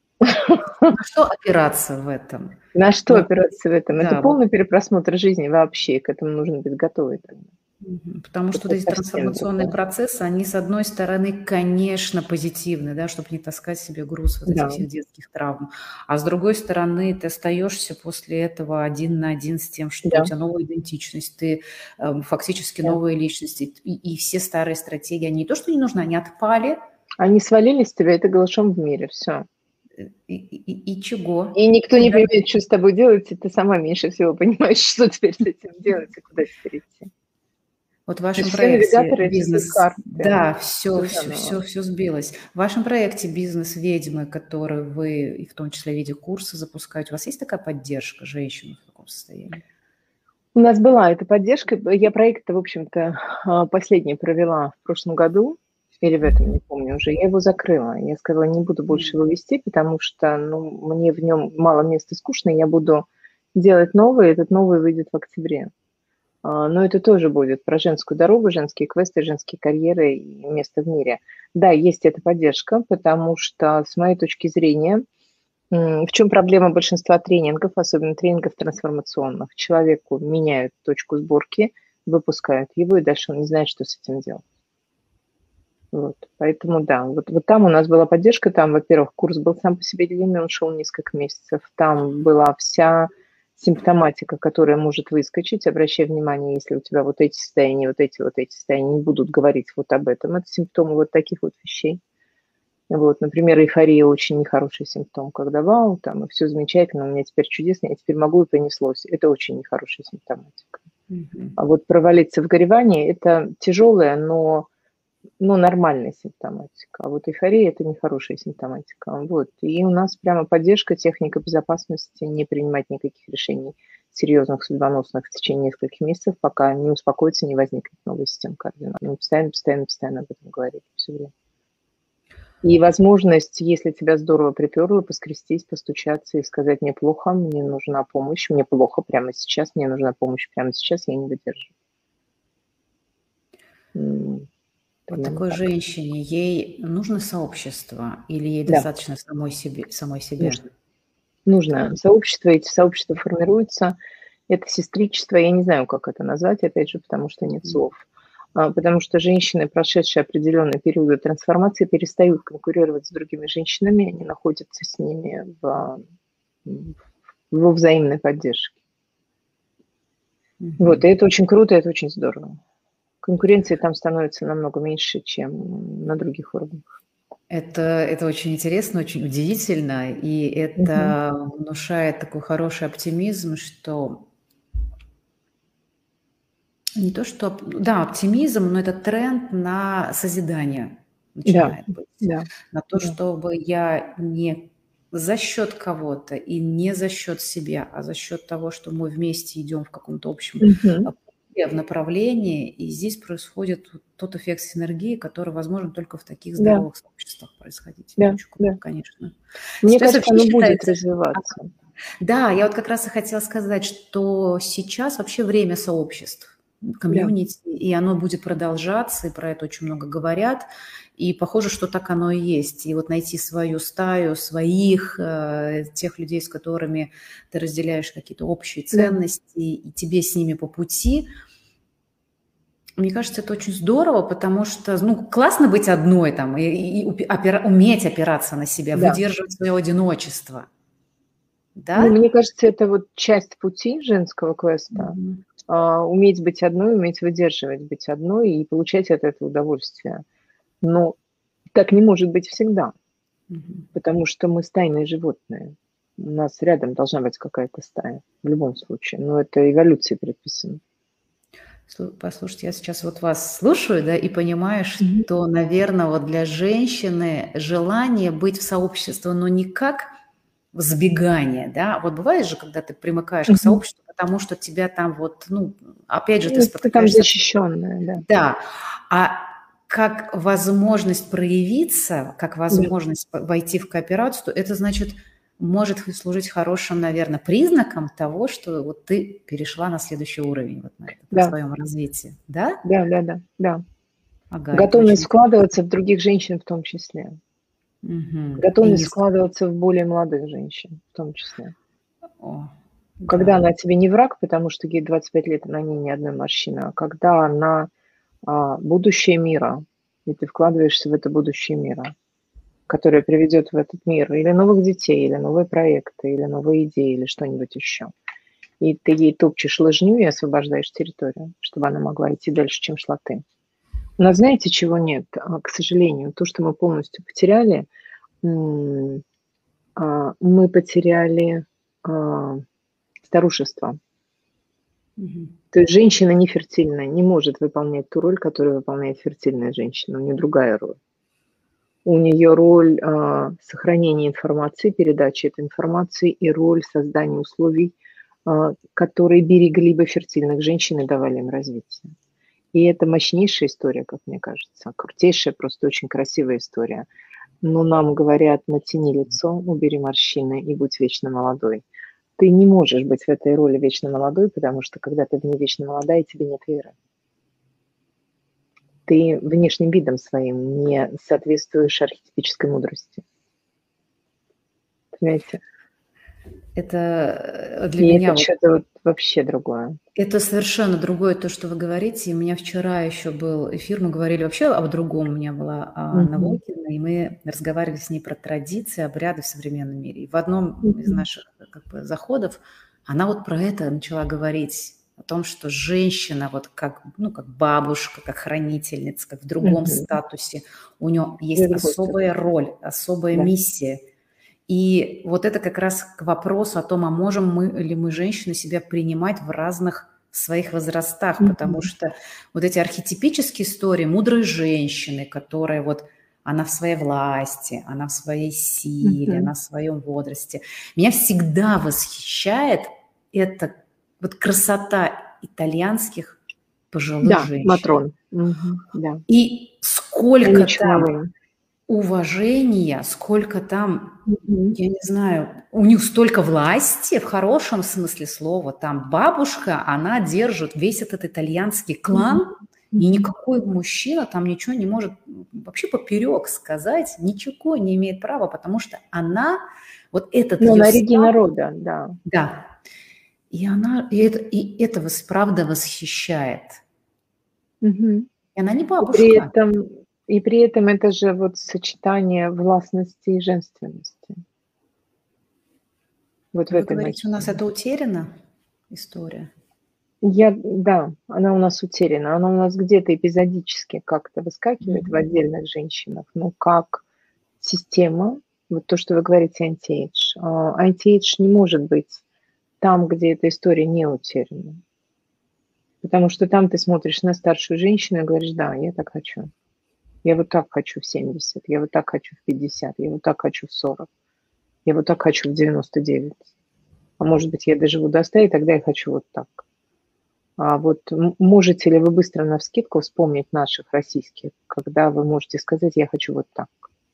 На что опираться в этом? На что ну, опираться в этом? Да, это полный вот... перепросмотр жизни вообще, к этому нужно быть готовы. Потому что это эти трансформационные другое. процессы, они, с одной стороны, конечно, позитивны, да, чтобы не таскать себе груз вот этих да. всех детских травм. А с другой стороны, ты остаешься после этого один на один с тем, что да. у тебя новая идентичность, ты э, фактически да. новая личность, и, и все старые стратегии, они не то, что не нужны, они отпали. Они свалились с тебя, это голышом в мире, все. И, и, и чего? И никто куда? Не понимает, что с тобой делать, и ты сама меньше всего понимаешь, что теперь с этим делать и куда теперь идти. Вот в вашем проекте бизнес, карты, да, все, все, все, все сбилось. В вашем проекте «Бизнес-ведьмы», который вы, в том числе в виде курса, запускаете, у вас есть такая поддержка женщин в таком состоянии? У нас была эта поддержка. Я проект, в общем-то, последний провела в прошлом году, или в этом, не помню уже. Я его закрыла. Я сказала, не буду больше его вести, потому что ну, мне в нем мало места, скучно. Я буду делать новый, этот новый выйдет в октябре. Но это тоже будет про женскую дорогу, женские квесты, женские карьеры и место в мире. Да, есть эта поддержка, потому что, с моей точки зрения, в чем проблема большинства тренингов, особенно тренингов трансформационных? Человеку меняют точку сборки, выпускают его, и дальше он не знает, что с этим делать. Вот. Поэтому да, вот, вот там у нас была поддержка, там, во-первых, курс был сам по себе длинный, он шел несколько месяцев, там была вся симптоматика, которая может выскочить, обращай внимание, если у тебя вот эти состояния, вот эти, вот эти состояния не будут говорить вот об этом, это симптомы вот таких вот вещей. Вот, например, эйфория очень нехороший симптом, когда вау, там, и все замечательно, у меня теперь чудесно, я теперь могу, и понеслось. Это очень нехорошая симптоматика. Мгм. А вот провалиться в горевание – это тяжелая, но, но нормальная симптоматика. А вот эйфория – это нехорошая симптоматика. Вот. И у нас прямо поддержка, техника безопасности, не принимать никаких решений серьезных, судьбоносных в течение нескольких месяцев, пока не успокоится, не возникнет новая система координат. Мы постоянно, постоянно, постоянно об этом говорим все время. И возможность, если тебя здорово приперло, поскрестись, постучаться и сказать: "Мне плохо, мне нужна помощь, мне плохо прямо сейчас, мне нужна помощь прямо сейчас, я не выдержу". М, Вот примерно такой так. женщине, ей нужно сообщество или ей Да, достаточно самой себе самой себе? нужно. Нужно. Да. Сообщество, эти сообщества формируются. Это сестричество, я не знаю, как это назвать, опять же, потому что нет Мгм. слов. А, потому что женщины, прошедшие определенные периоды трансформации, перестают конкурировать с другими женщинами, они находятся с ними в, м, во взаимной поддержке. Вот, Мгм. и это очень круто, это очень здорово. Конкуренции там становится намного меньше, чем на других уровнях. Это это очень интересно, очень удивительно, и Мгм. это внушает такой хороший оптимизм, что не то что оп да, оптимизм, но это тренд на созидание Да, начинает быть. да, На то, да. чтобы я не за счет кого-то и не за счет себя, а за счет того, что мы вместе идем в каком-то общем, Мгм. а, пути, в направлении. И здесь происходит вот тот эффект синергии, который возможен только в таких Да, здоровых сообществах происходить. Это да, очень круто, да. конечно. Мне Сейчас кажется, вообще оно будет считается. развиваться. Да, я вот как раз и хотела сказать, что сейчас вообще время сообществ, Да, комьюнити, и оно будет продолжаться, и про это очень много говорят. И похоже, что так оно и есть. И вот найти свою стаю, своих, э, тех людей, с которыми ты разделяешь какие-то общие да, ценности, и тебе с ними по пути. Мне кажется, это очень здорово, потому что, ну, классно быть одной там и, и- и упи- опира- уметь опираться на себя, да. выдерживать свое одиночество, Ну, да? мне кажется, это вот часть пути женского квеста. Мгм. А, уметь быть одной, уметь выдерживать быть одной и получать от этого удовольствие. Но так не может быть всегда, Мгм. потому что мы стайные животные. У нас рядом должна быть какая-то стая в любом случае. Но это эволюцией предписано. Слу Послушайте, я сейчас вот вас слушаю, да, и понимаю, Мгм. что, наверно, вот для женщины желание быть в сообществе, но не как взбегание, да. Вот бывает же, когда ты примыкаешь к Мгм. сообществу, потому что тебя там вот, ну, опять же, ты Ну, ты там спотыкаешься. защищенная, да. Да, а как возможность проявиться, как Да, возможность п войти в кооперацию, то это, значит, может х служить хорошим, наверно, признаком того, что вот ты перешла на следующий уровень вот на этот, в да, своем развитии. Да? да-да-да, да. Ага, это Готовность очень вкладываться интересно. в других женщин в том числе. Мгм. И не Готовность с вкладываться в более молодых женщин в том числе. О, Когда да. она тебе не враг, потому что ей двадцать пять лет, и на ней ни одной морщины, а когда она, а, будущее мира, и ты вкладываешься в это будущее мира, которое приведет в этот мир или новых детей, или новые проекты, или новые идеи, или что-нибудь еще. И ты ей топчешь лыжню и освобождаешь территорию, чтобы она могла идти дальше, чем шла ты. Но знаете, чего нет? А, к сожалению, то, что мы полностью потеряли, м, а, мы потеряли, а, старушество. Мгм. То есть женщина нефертильная не может выполнять ту роль, которую выполняет фертильная женщина. У нее другая роль. У нее роль, а, сохранения информации, передачи этой информации и роль создания условий, а, которые берегли бы фертильных женщин и давали им развитие. И это мощнейшая история, как мне кажется, крутейшая, просто очень красивая история. Но нам говорят: "Натяни лицо, убери морщины и будь вечно молодой". Ты не можешь быть в этой роли вечно молодой, потому что когда ты в ней вечно молодая, тебе нет веры. Ты внешним видом своим не соответствуешь архетипической мудрости. Понимаете? Это, э, для И это меня вот что-то вот вообще другое. это совершенно другое то, что вы говорите. И у меня вчера еще был эфир, мы говорили вообще об другом. У меня была Анна Мгм. Волкина, и мы разговаривали с ней про традиции, обряды в современном мире. И в одном из Мгм. наших, как бы, заходов она вот про это начала говорить. о том, что женщина вот как, ну, как бабушка, как хранительница, как в другом Мгм. статусе, у нее есть Я другой особая статус. роль, особая Да. миссия. И вот это как раз к вопросу о том, а можем мы ли мы, женщины, себя принимать в разных своих возрастах, потому Мгм. что вот эти архетипические истории мудрой женщины, которая вот она в своей власти, она в своей силе, Мгм. она в своем возрасте. Меня всегда восхищает эта вот красота итальянских пожилых Да, женщин. матрон. Мгм. Да. И Они сколько там чумовые. уважения, сколько там, Мгм. я не знаю, у них столько власти в хорошем смысле слова. Там бабушка, она держит весь этот итальянский Мгм. клан, и Мгм. никакой мужчина там ничего не может вообще поперек сказать, ничего не имеет права, потому что она, вот этот Ну, ее она статус, Регина Рода, да. да, и она, и это, и это вас правда восхищает. Мгм. И она не И при бабушка. этом и при этом это же вот сочетание властности и женственности. Вот в Вы этой говорите, у нас магии. это утеряна история? Я да, она у нас утеряна. Она у нас где-то эпизодически как-то выскакивает в Мгм. отдельных женщинах, но как система, вот то, что вы говорите антиэйдж, а, антиэйдж не может быть там, где эта история не утеряна. Потому что там ты смотришь на старшую женщину и говоришь: "Да, я так хочу. Я вот так хочу в семьдесят, я вот так хочу в пятьдесят, я вот так хочу в сорок, я вот так хочу в девяносто девять. А может быть, я доживу до ста, и тогда я хочу вот так". А вот м можете ли вы быстро навскидку вспомнить наших российских, когда вы можете сказать: "Я хочу вот так"?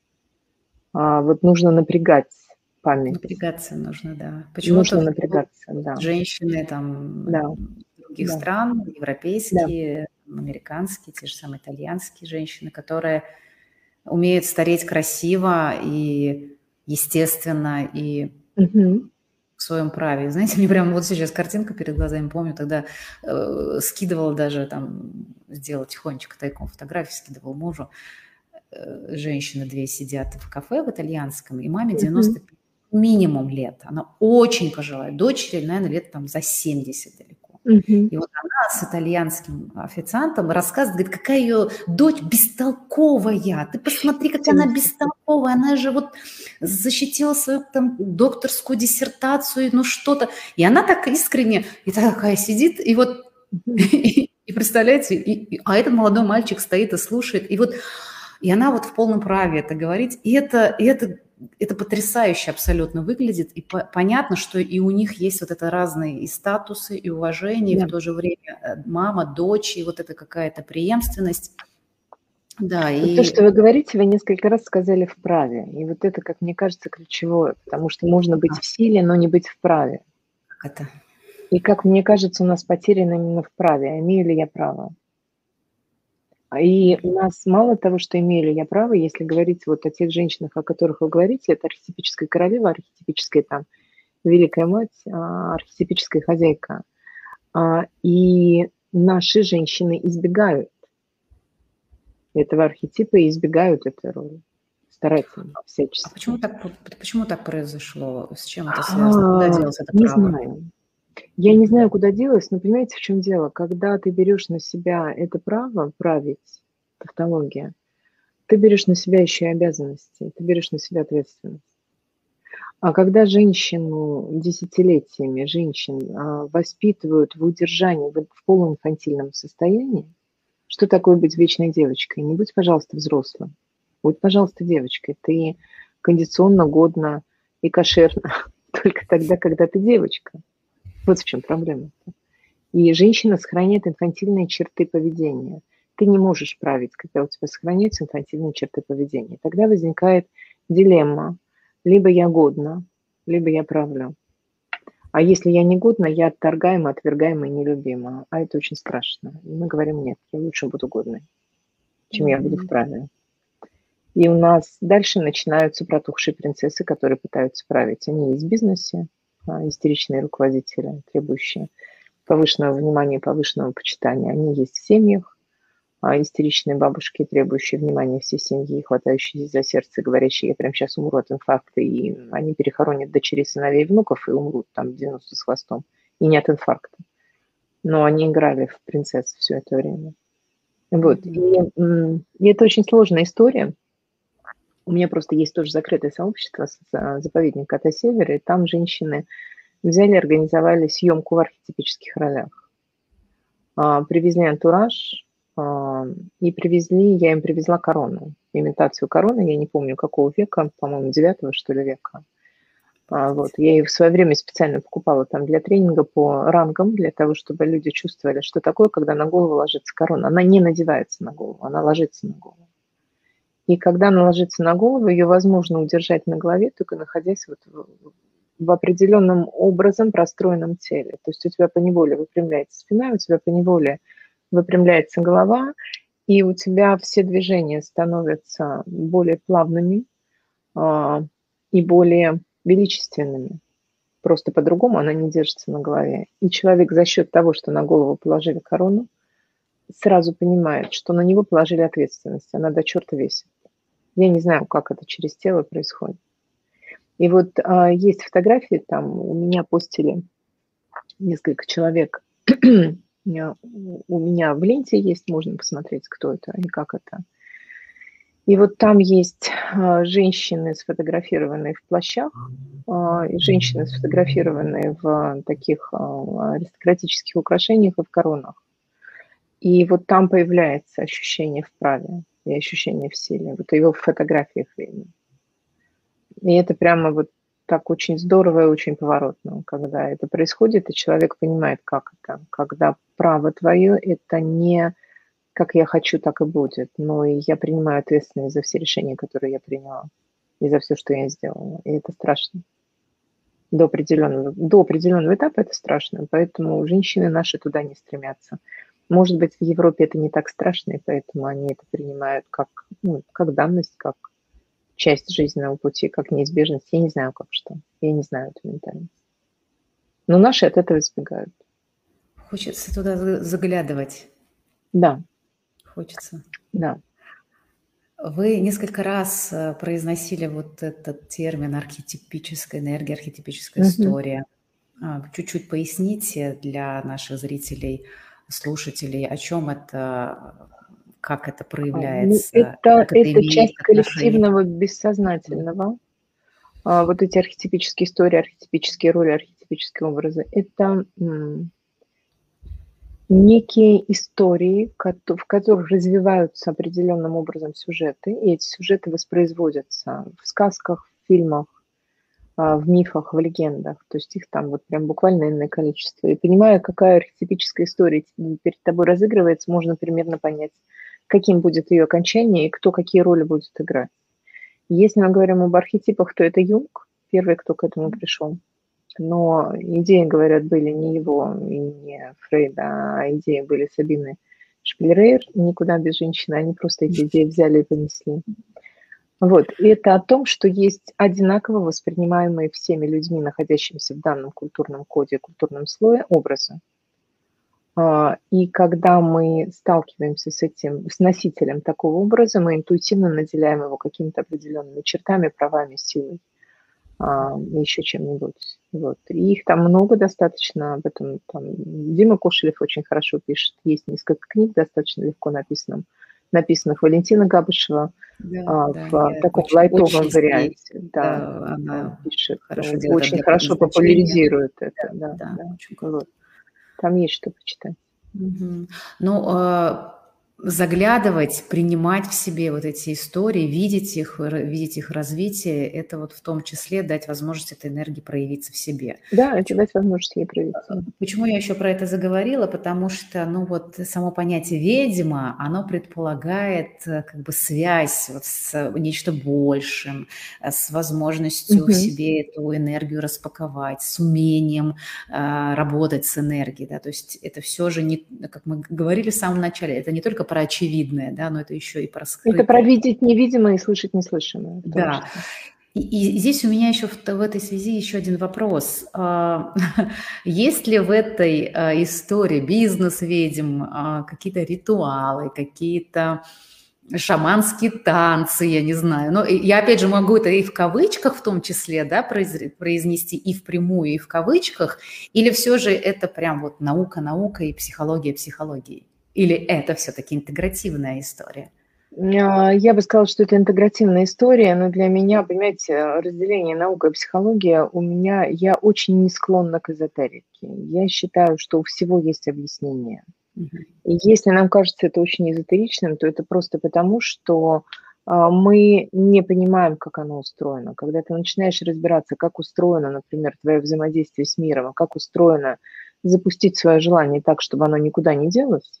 А, вот нужно напрягать память. Напрягаться нужно, да. Почему-то Нужно в голову напрягаться, да. женщины там Да, м, других да, стран, да. европейские, американские, те же самые итальянские женщины, которые умеют стареть красиво и естественно, и Мгм. в своем праве. Знаете, мне прям вот сейчас картинка перед глазами, помню, тогда э, скидывала даже там, сделала тихонечко тайком фотографии, скидывала мужу. Э, женщины две сидят в кафе в итальянском, и маме Мгм. девяносто пять минимум лет. Она очень пожилая. Дочери, наверное, лет там за семьдесят далеко. Мгм. И вот она с итальянским официантом рассказывает, говорит, какая ее дочь бестолковая. Ты посмотри, какая она семьдесят лет. бестолковая. Она же вот защитила свою там докторскую диссертацию, ну что-то. И она так искренне, и такая сидит, и вот, Мгм. и, и представляете, и, и, а этот молодой мальчик стоит и слушает, и вот и она вот в полном праве это говорить. И это, и это, это потрясающе абсолютно выглядит. И по- понятно, что и у них есть вот это разные и статусы, и уважение, и в Да. то же время э, мама, дочь, и вот это какая-то преемственность. Да, Вот то, что и вы говорите, вы несколько раз сказали "вправе". И вот это, как мне кажется, ключевое, потому что можно быть да, в силе, но не быть вправе. как это? И, как мне кажется, у нас потеряно именно вправе. А имею ли я право? А и Мгм. у нас мало того, что имею ли я право, если говорить вот о тех женщинах, о которых вы говорите, это архетипическая королева, архетипическая там великая мать, а, архетипическая хозяйка. А, и наши женщины избегают этого архетипа и избегают этой роли старательно, А всячески. почему так, п- почему так произошло? С чем это связано? Куда А, делось это не право? знаю. Я не Мгм. знаю, куда делось, но понимаете, в чем дело? Когда ты берешь на себя это право править, тавтология, ты берешь на себя еще и обязанности, ты берешь на себя ответственность. А когда женщину десятилетиями женщин а, воспитывают в удержании, в, в полуинфантильном состоянии, что такое быть вечной девочкой? Не будь, пожалуйста, взрослым. Будь, пожалуйста, девочкой. Ты кондиционно годна и кошерна только тогда, когда ты девочка. Вот в чем проблема. И женщина сохраняет инфантильные черты поведения. Ты не можешь править, когда у тебя сохраняются инфантильные черты поведения. Тогда возникает дилемма. Либо я годна, либо я правлю. А если я не годна, я отторгаема, отвергаема и нелюбима. А это очень страшно. И мы говорим, нет, я лучше буду годной, чем я буду Мгм. вправе. И у нас дальше начинаются протухшие принцессы, которые пытаются править. Они есть в бизнесе, а, истеричные руководители, требующие повышенного внимания, повышенного почитания. Они есть в семьях, а, истеричные бабушки, требующие внимания всей семьи, хватающиеся за сердце, говорящие: "Я прямо сейчас умру от инфаркта", и они перехоронят дочерей, сыновей, внуков и умрут там девяносто с хвостом, и не от инфаркта. но они играли в принцесс все это время. Вот. Мгм. И, м, и это очень сложная история. У меня просто есть тоже закрытое сообщество, с- за- заповедник Кота Севера, и там женщины взяли, организовали съемку в архетипических ролях. А, Привезли антураж, а, и привезли, я им привезла корону, имитацию короны, я не помню какого века, по-моему, девятого что ли века. А, Вот. Обалдеть. Я ее в свое время специально покупала там для тренинга по рангам, для того, чтобы люди чувствовали, что такое, когда на голову ложится корона. Она не надевается на голову, она ложится на голову. И когда она ложится на голову, ее возможно удержать на голове, только находясь вот в, в определенном образом простроенном теле. То есть у тебя поневоле выпрямляется спина, у тебя поневоле выпрямляется голова, и у тебя все движения становятся более плавными а, и более величественными. Просто по-другому она не держится на голове. И человек за счет того, что на голову положили корону, сразу понимает, что на него положили ответственность. Она до черта весит. Я не знаю, как это через тело происходит. И вот а, есть фотографии, там у меня постили несколько человек. У меня у меня в ленте есть, можно посмотреть, кто это и как это. И вот там есть а, женщины, сфотографированные в плащах, а, и женщины, сфотографированные в таких а, аристократических украшениях и в коронах. И вот там появляется ощущение в праве и ощущение в силе. Вот его в фотографиях видно. И это прямо вот так очень здорово и очень поворотно, когда это происходит, и человек понимает, как это. Когда право твое – это не как я хочу, так и будет, но и я принимаю ответственность за все решения, которые я приняла, и за все, что я сделала. И это страшно. До определенного, до определенного этапа это страшно, поэтому женщины наши туда не стремятся. Может быть, в Европе это не так страшно, и поэтому они это принимают как, ну, как данность, как часть жизненного пути, как неизбежность. Я не знаю, как что. Я не знаю эту ментальность. Но наши от этого избегают. Хочется туда за- заглядывать. Да, Хочется. да. Вы несколько раз э, произносили вот этот термин архетипическая энергия, архетипическая Мгм. история. А, Чуть-чуть поясните для наших зрителей, слушателей, о чем это, как это А, ну, проявляется, это, как это это имеет часть отношение. коллективного Мгм. бессознательного. А, вот эти архетипические истории, архетипические роли, архетипические образы – это м, некие истории, кото- в которых развиваются определенным образом сюжеты, и эти сюжеты воспроизводятся в сказках, в фильмах, а, в мифах, в легендах. То есть их там вот прям буквально иное количество. И понимая, какая архетипическая история т- перед тобой разыгрывается, можно примерно понять, каким будет ее окончание и кто какие роли будет играть. Если мы говорим об архетипах, то это Юнг, первый, кто к этому пришел. Но идеи, говорят, были не его и не Фрейда, а идеи были Сабины Шпильрейер, никуда без женщины. Они просто эти идеи взяли и понесли. Вот. И это о том, что есть одинаково воспринимаемые всеми людьми, находящимися в данном культурном коде, культурном слое, образы. А, И когда мы сталкиваемся с этим, с носителем такого образа, мы интуитивно наделяем его какими-то определенными чертами, правами, силой, а, еще чем-нибудь. Вот. И их там много достаточно, об этом там Дима Кошелев очень хорошо пишет. Есть несколько книг, достаточно легко написанных, написанных Валентина Габышева, Да, а, да, в я таком очень, лайтовом очень с ней, варианте. Да, да, он она пишет, хорошо он делает очень для хорошо предназначения. популяризирует это. Да, Да, да, да. очень круто. Вот. Там есть что почитать. Мгм. Ну, а, заглядывать, принимать в себе вот эти истории, видеть их, р- видеть их развитие, это вот в том числе дать возможность этой энергии проявиться в себе. Да, это Почему дать возможность ей проявиться. Почему я еще про это заговорила? Потому что, ну вот само понятие ведьма, оно предполагает э, как бы связь вот с нечто большим, э, с возможностью в Мгм. себе эту энергию распаковать, с умением э, работать с энергией, да, то есть это все же не, как мы говорили в самом начале, это не только про очевидное, да, но это еще и про Это про скрытое. видеть невидимое и слышать неслышимое в том Да, числе. и, и здесь у меня еще в, в этой связи еще один вопрос. А, Есть ли в этой а, истории бизнес-ведьм а, какие-то ритуалы, какие-то шаманские танцы, я не знаю. Но я, опять же, могу это и в кавычках в том числе, да, произнести и впрямую, и в кавычках, или все же это прям вот наука, наука и психология, психологии? Или это все-таки интегративная история? Я бы сказала, что это интегративная история, но для меня, понимаете, разделение наука и психология у меня, я очень не склонна к эзотерике. Я считаю, что у всего есть объяснение. И если нам кажется это очень эзотеричным, то это просто потому, что а, мы не понимаем, как оно устроено. Когда ты начинаешь разбираться, как устроено, например, твое взаимодействие с миром, а как устроено запустить свое желание так, чтобы оно никуда не делось,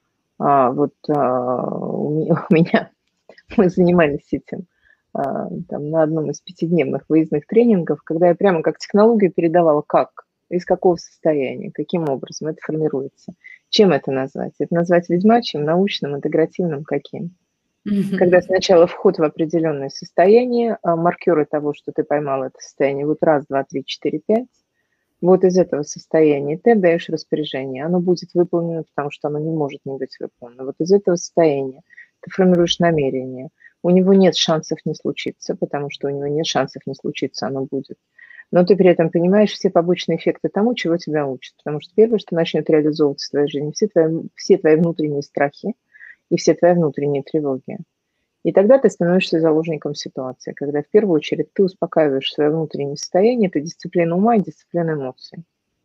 а, вот а, у меня, мы занимались этим а, там, на одном из пятидневных выездных тренингов, когда я прямо как технологию передавала, как, из какого состояния, каким образом это формируется. Чем это назвать? Это назвать ведьмачьим, научным, интегративным, каким? Когда сначала вход в определенное состояние, а маркеры того, что ты поймал это состояние, вот раз, два, три, четыре, пять, вот из этого состояния ты даешь распоряжение, оно будет выполнено, потому что оно не может не быть выполнено. Вот из этого состояния ты формируешь намерение. У него нет шансов не случиться, потому что у него нет шансов не случиться, оно будет. Но ты при этом понимаешь все побочные эффекты тому, чего тебя учат. Потому что первое, что начнет реализовываться в твоей жизни, все твои, все твои внутренние страхи и все твои внутренние тревоги. И тогда ты становишься заложником ситуации, когда в первую очередь ты успокаиваешь свое внутреннее состояние, это дисциплина ума и дисциплина эмоций.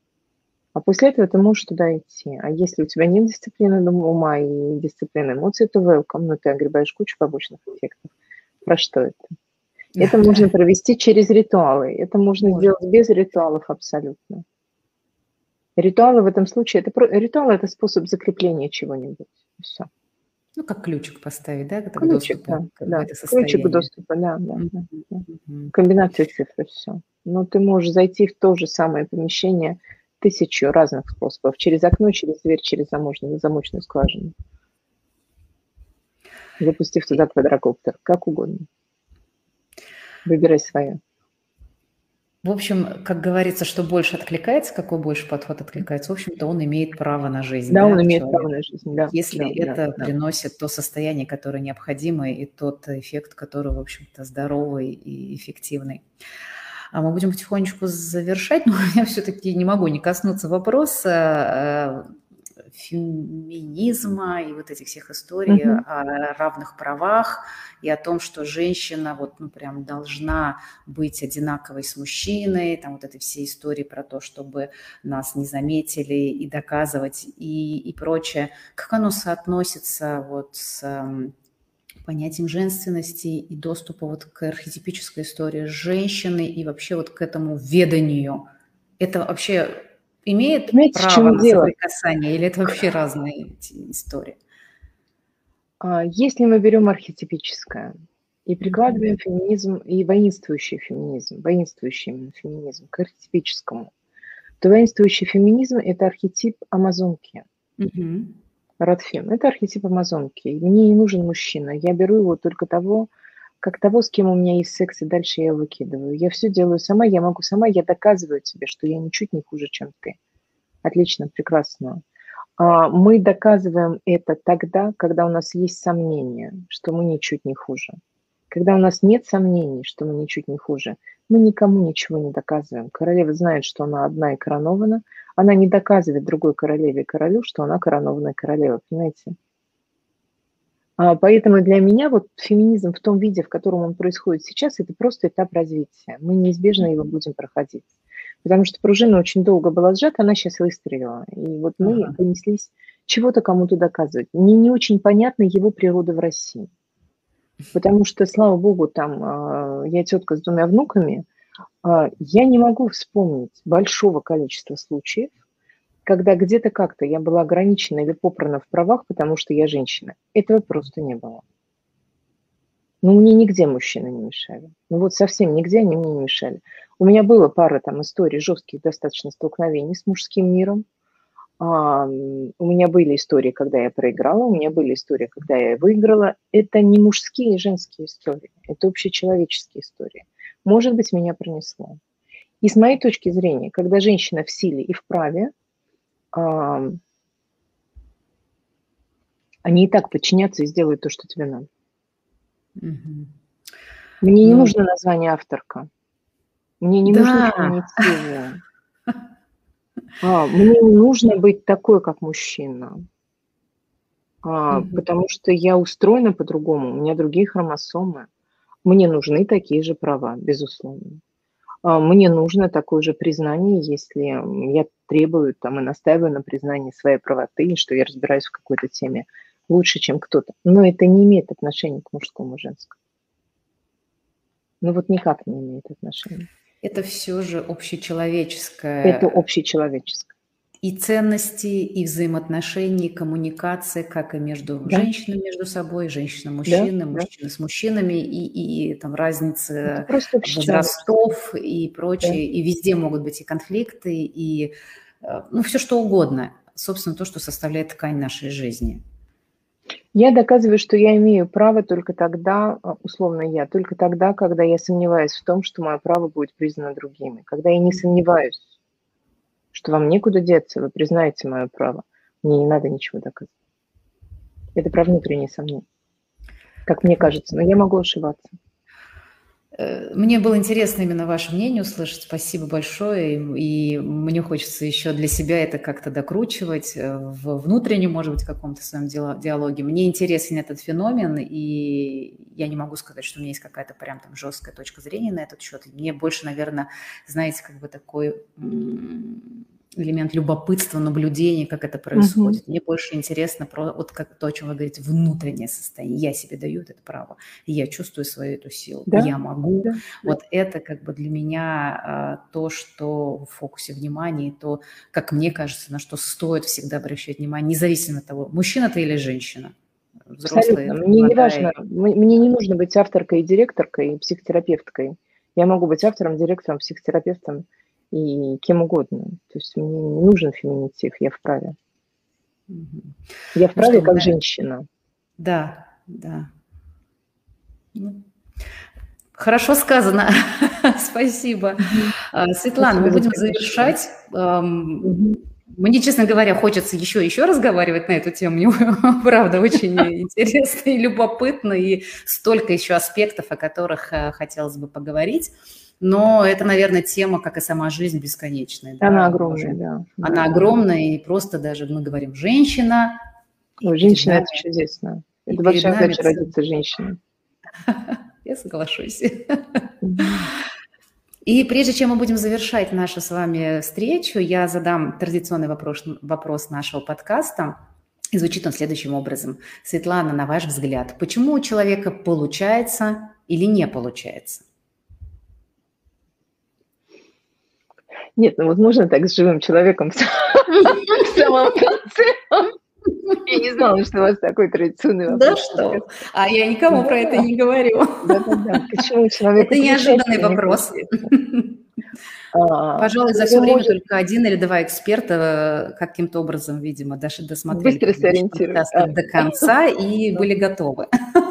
А после этого ты можешь туда идти. А если у тебя нет дисциплины ума и дисциплины эмоций, то welcome, но ты огребаешь кучу побочных эффектов. Про что это? Это можно провести через ритуалы. Это можно Может. сделать без ритуалов абсолютно. Ритуалы в этом случае, это, ритуал – это способ закрепления чего-нибудь. Все. Ну, как ключик поставить, да? К ключик, доступу, да, в да. это состояние. Ключик доступа, да, да, Mm-hmm. да, да. Комбинация цифр, все. Но ты можешь зайти в то же самое помещение тысячу разных способов. Через окно, через дверь, через замочную, замочную скважину. Запустив туда квадрокоптер, как угодно. Выбирай свое. В общем, как говорится, что больше откликается, какой больше подход откликается, в общем-то, он имеет право на жизнь. Да, да, он имеет человек. право на жизнь, да. Если да, это да, приносит да. то состояние, которое необходимо, и тот эффект, который, в общем-то, здоровый и эффективный. А мы будем потихонечку завершать, но я все-таки не могу не коснуться вопроса феминизма и вот этих всех историй uh-huh. о равных правах и о том, что женщина вот, ну, прям должна быть одинаковой с мужчиной, там вот эти все истории про то, чтобы нас не заметили и доказывать и, и прочее. Как оно соотносится вот с понятием женственности и доступа вот к архетипической истории женщины и вообще вот к этому веданию? Это вообще имеет Понимаете, право на дело? Соприкасание или это вообще разные истории? Если мы берем архетипическое и прикладываем mm-hmm. феминизм и воинствующий феминизм, воинствующий именно феминизм к архетипическому, то воинствующий феминизм – это архетип амазонки. Mm-hmm. Радфем – это архетип амазонки. Мне не нужен мужчина, я беру его только того, как того, с кем у меня есть секс, и дальше я его выкидываю. Я все делаю сама, я могу сама, я доказываю тебе, что я ничуть не хуже, чем ты. Отлично, прекрасно. Мы доказываем это тогда, когда у нас есть сомнения, что мы ничуть не хуже. Когда у нас нет сомнений, что мы ничуть не хуже, мы никому ничего не доказываем. Королева знает, что она одна и коронована. Она не доказывает другой королеве и королю, что она коронованная королева, понимаете? Поэтому для меня вот феминизм в том виде, в котором он происходит сейчас, это просто этап развития. Мы неизбежно его будем проходить. Потому что пружина очень долго была сжата, она сейчас выстрелила. И вот мы ага. понеслись чего-то кому-то доказывать. Мне не очень понятна его природа в России. Потому что, слава богу, там я тетка с двумя внуками, я не могу вспомнить большого количества случаев, когда где-то как-то я была ограничена или попрана в правах, потому что я женщина. Этого просто не было. Ну, мне нигде мужчины не мешали. Ну, вот совсем нигде они мне не мешали. У меня было пара там историй жестких достаточно столкновений с мужским миром. А, у меня были истории, когда я проиграла, у меня были истории, когда я выиграла. Это не мужские и женские истории, это общечеловеческие истории. Может быть, меня пронесло. И с моей точки зрения, когда женщина в силе и в праве, Они и так подчинятся и сделают то, что тебе надо. Мгм. Мне не Ну нужно название авторка. Мне не нужны да. феминитивы. А, мне не нужно быть такой, как мужчина. А, Мгм. потому что я устроена по-другому, у меня другие хромосомы. Мне нужны такие же права, безусловно. А, мне нужно такое же признание, если, м, я требую там и настаиваю на признании своей правоты, что я разбираюсь в какой-то теме лучше, чем кто-то. Но это не имеет отношения к мужскому и женскому. Ну вот никак не имеет отношения. Это всё же Это общечеловеческое. общечеловеческое. И ценности, и взаимоотношения, и коммуникация, как и между Да. женщинами между собой, Да, женщина-мужчина, да. мужчина с мужчинами, и и там Это разница просто общечеловеческое. возрастов и Да. прочее. И везде могут быть и конфликты, и, э, ну, всё что угодно. Собственно, то, что составляет ткань нашей жизни. Я доказываю, что я имею право только тогда, а, условно я, только тогда, когда я сомневаюсь в том, что моё право будет признано другими. Когда я не Мгм. сомневаюсь, что вам некуда деться, вы признаете моё право, мне не надо ничего доказывать. Это про внутренние сомнения. Как мне Прекрасно. кажется, но я могу ошибаться. Э, мне было интересно именно ваше мнение услышать. Спасибо большое. И, и мне хочется еще для себя это как-то докручивать, э, в внутреннем, может быть, каком-то своем дила диалоге. Мне интересен этот феномен, и я не могу сказать, что у меня есть какая-то прям там жесткая точка зрения на этот счет. Мне больше, наверно, знаете, как бы такой, м, элемент любопытства, наблюдения, как это Мгм. происходит. Мне больше интересно про вот как то, о чем вы говорите, внутреннее состояние. Я себе даю это право, и я чувствую свою эту силу, и Да, я могу. да, да. Вот это как бы для меня, а, то, что в фокусе внимания, и то, как мне кажется, на что стоит всегда обращать внимание, независимо от того, мужчина ты или женщина, взрослая Абсолютно. ты, Мне не молодая. важно, м мне не нужно быть авторкой и директоркой, и психотерапевткой. Я могу быть автором, директором, психотерапевтом и кем угодно. То есть мне не нужен феминитив, я вправе. Мгм. Я Ну что, вправе мы как на женщина. Да, да. Ну, хорошо сказано. Спасибо. Мгм. А, Светлана, мы Спасибо за будем приглашение. завершать. Ам, Мгм. мне, честно говоря, хочется еще и еще разговаривать на эту тему. Мне правда очень интересно и любопытно, и столько еще аспектов, о которых, э, хотелось бы поговорить. Но это, наверно, тема, как и сама жизнь, бесконечная, Она да. Мы огромная, можем да, она Она огромная. огромная, и просто даже мы говорим "женщина", и Ой, перед женщина- это нами чудесно. и Это перед большая нами удача целый родиться женщиной. Я соглашусь. Мгм. И прежде чем мы будем завершать нашу с вами встречу, я задам традиционный вопрош вопрос нашего подкаста. И звучит он следующим образом: Светлана, на ваш взгляд, почему у человека получается или не получается? Нет, ну вот можно так с живым человеком в самом конце? Я не знала, что у вас такой традиционный Да вопрос в что, подкасте. а я никому про это Да, не говорю. да-да-да. Почему человеку Это получается неожиданный или не вопрос. получается? А, Пожалуй, за или всё время может только один или два эксперта, э, каким-то образом, видимо, дош досмотрели быстро предыдущий сориентирует, подкаст а? до конца и были Ага. готовы.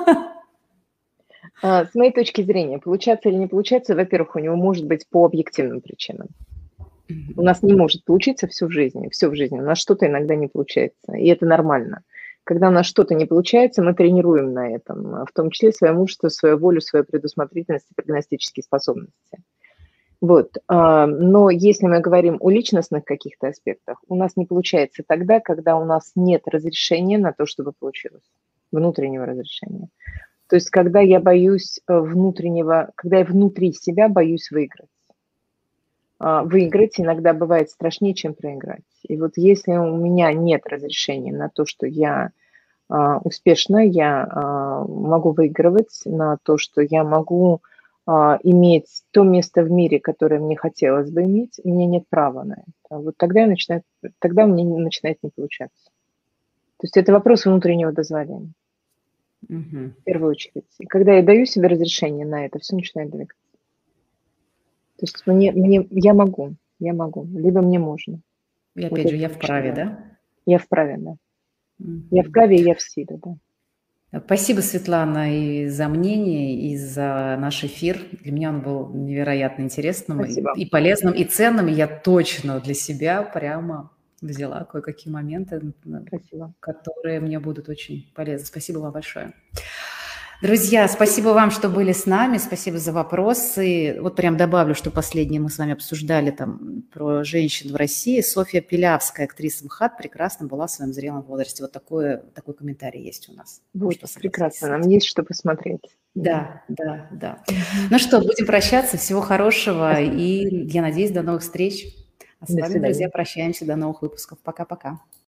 А, с моей точки зрения, получаться или не получаться, во-первых, у него может быть по объективным причинам. У Мгм. нас не может получиться всю в жизни, всё в жизни. У нас что-то иногда не получается, и это нормально. Когда у нас что-то не получается, мы тренируем на этом, а, в том числе своё мужество, свою волю, свою предусмотрительность и прогностические способности. Вот, а, но если мы говорим о личностных каких-то аспектах, у нас не получается тогда, когда у нас нет разрешения на то, чтобы получилось, внутреннего разрешения. То есть когда я боюсь, э, внутреннего, когда я внутри себя боюсь выиграть. А, Окей. выиграть иногда бывает страшнее, чем проиграть. И вот если у меня нет разрешения на то, что я, а, успешна, я, а, могу выигрывать, на то, что я могу, а, иметь то место в мире, которое мне хотелось бы иметь, у меня нет права на это. Вот тогда я начинаю, тогда у меня не начинает не получаться. То есть это вопрос внутреннего дозволения. Мгм. В первую очередь. И когда я даю себе разрешение на это, всё начинает двигаться. То есть мне мне я могу, я могу, либо мне можно. И Вот опять же, это я очень вправе, важно. да? Я вправе, да. Я Мгм. вправе, и я в силе, да. Спасибо, Светлана, и за мнение, и за наш эфир. Для меня он был невероятно интересным, и Спасибо. и полезным, и ценным. И я точно для себя прямо взяла кое-какие моменты, Спасибо. которые мне будут очень полезны. Спасибо вам большое. Друзья, спасибо вам, что были с нами, спасибо за вопросы. Вот прям добавлю, что последнее мы с вами обсуждали там про женщин в России. Софья Пилявская, актриса МХАТ, прекрасно была в своем зрелом возрасте. Вот такой, такой комментарий есть у нас. Вот, прекрасно, нам есть что посмотреть. Да, да, да. Угу. Ну что, будем прощаться, всего хорошего, спасибо. И я надеюсь, до новых встреч. А с до вами, свидания. Друзья, прощаемся, до новых выпусков. Пока-пока.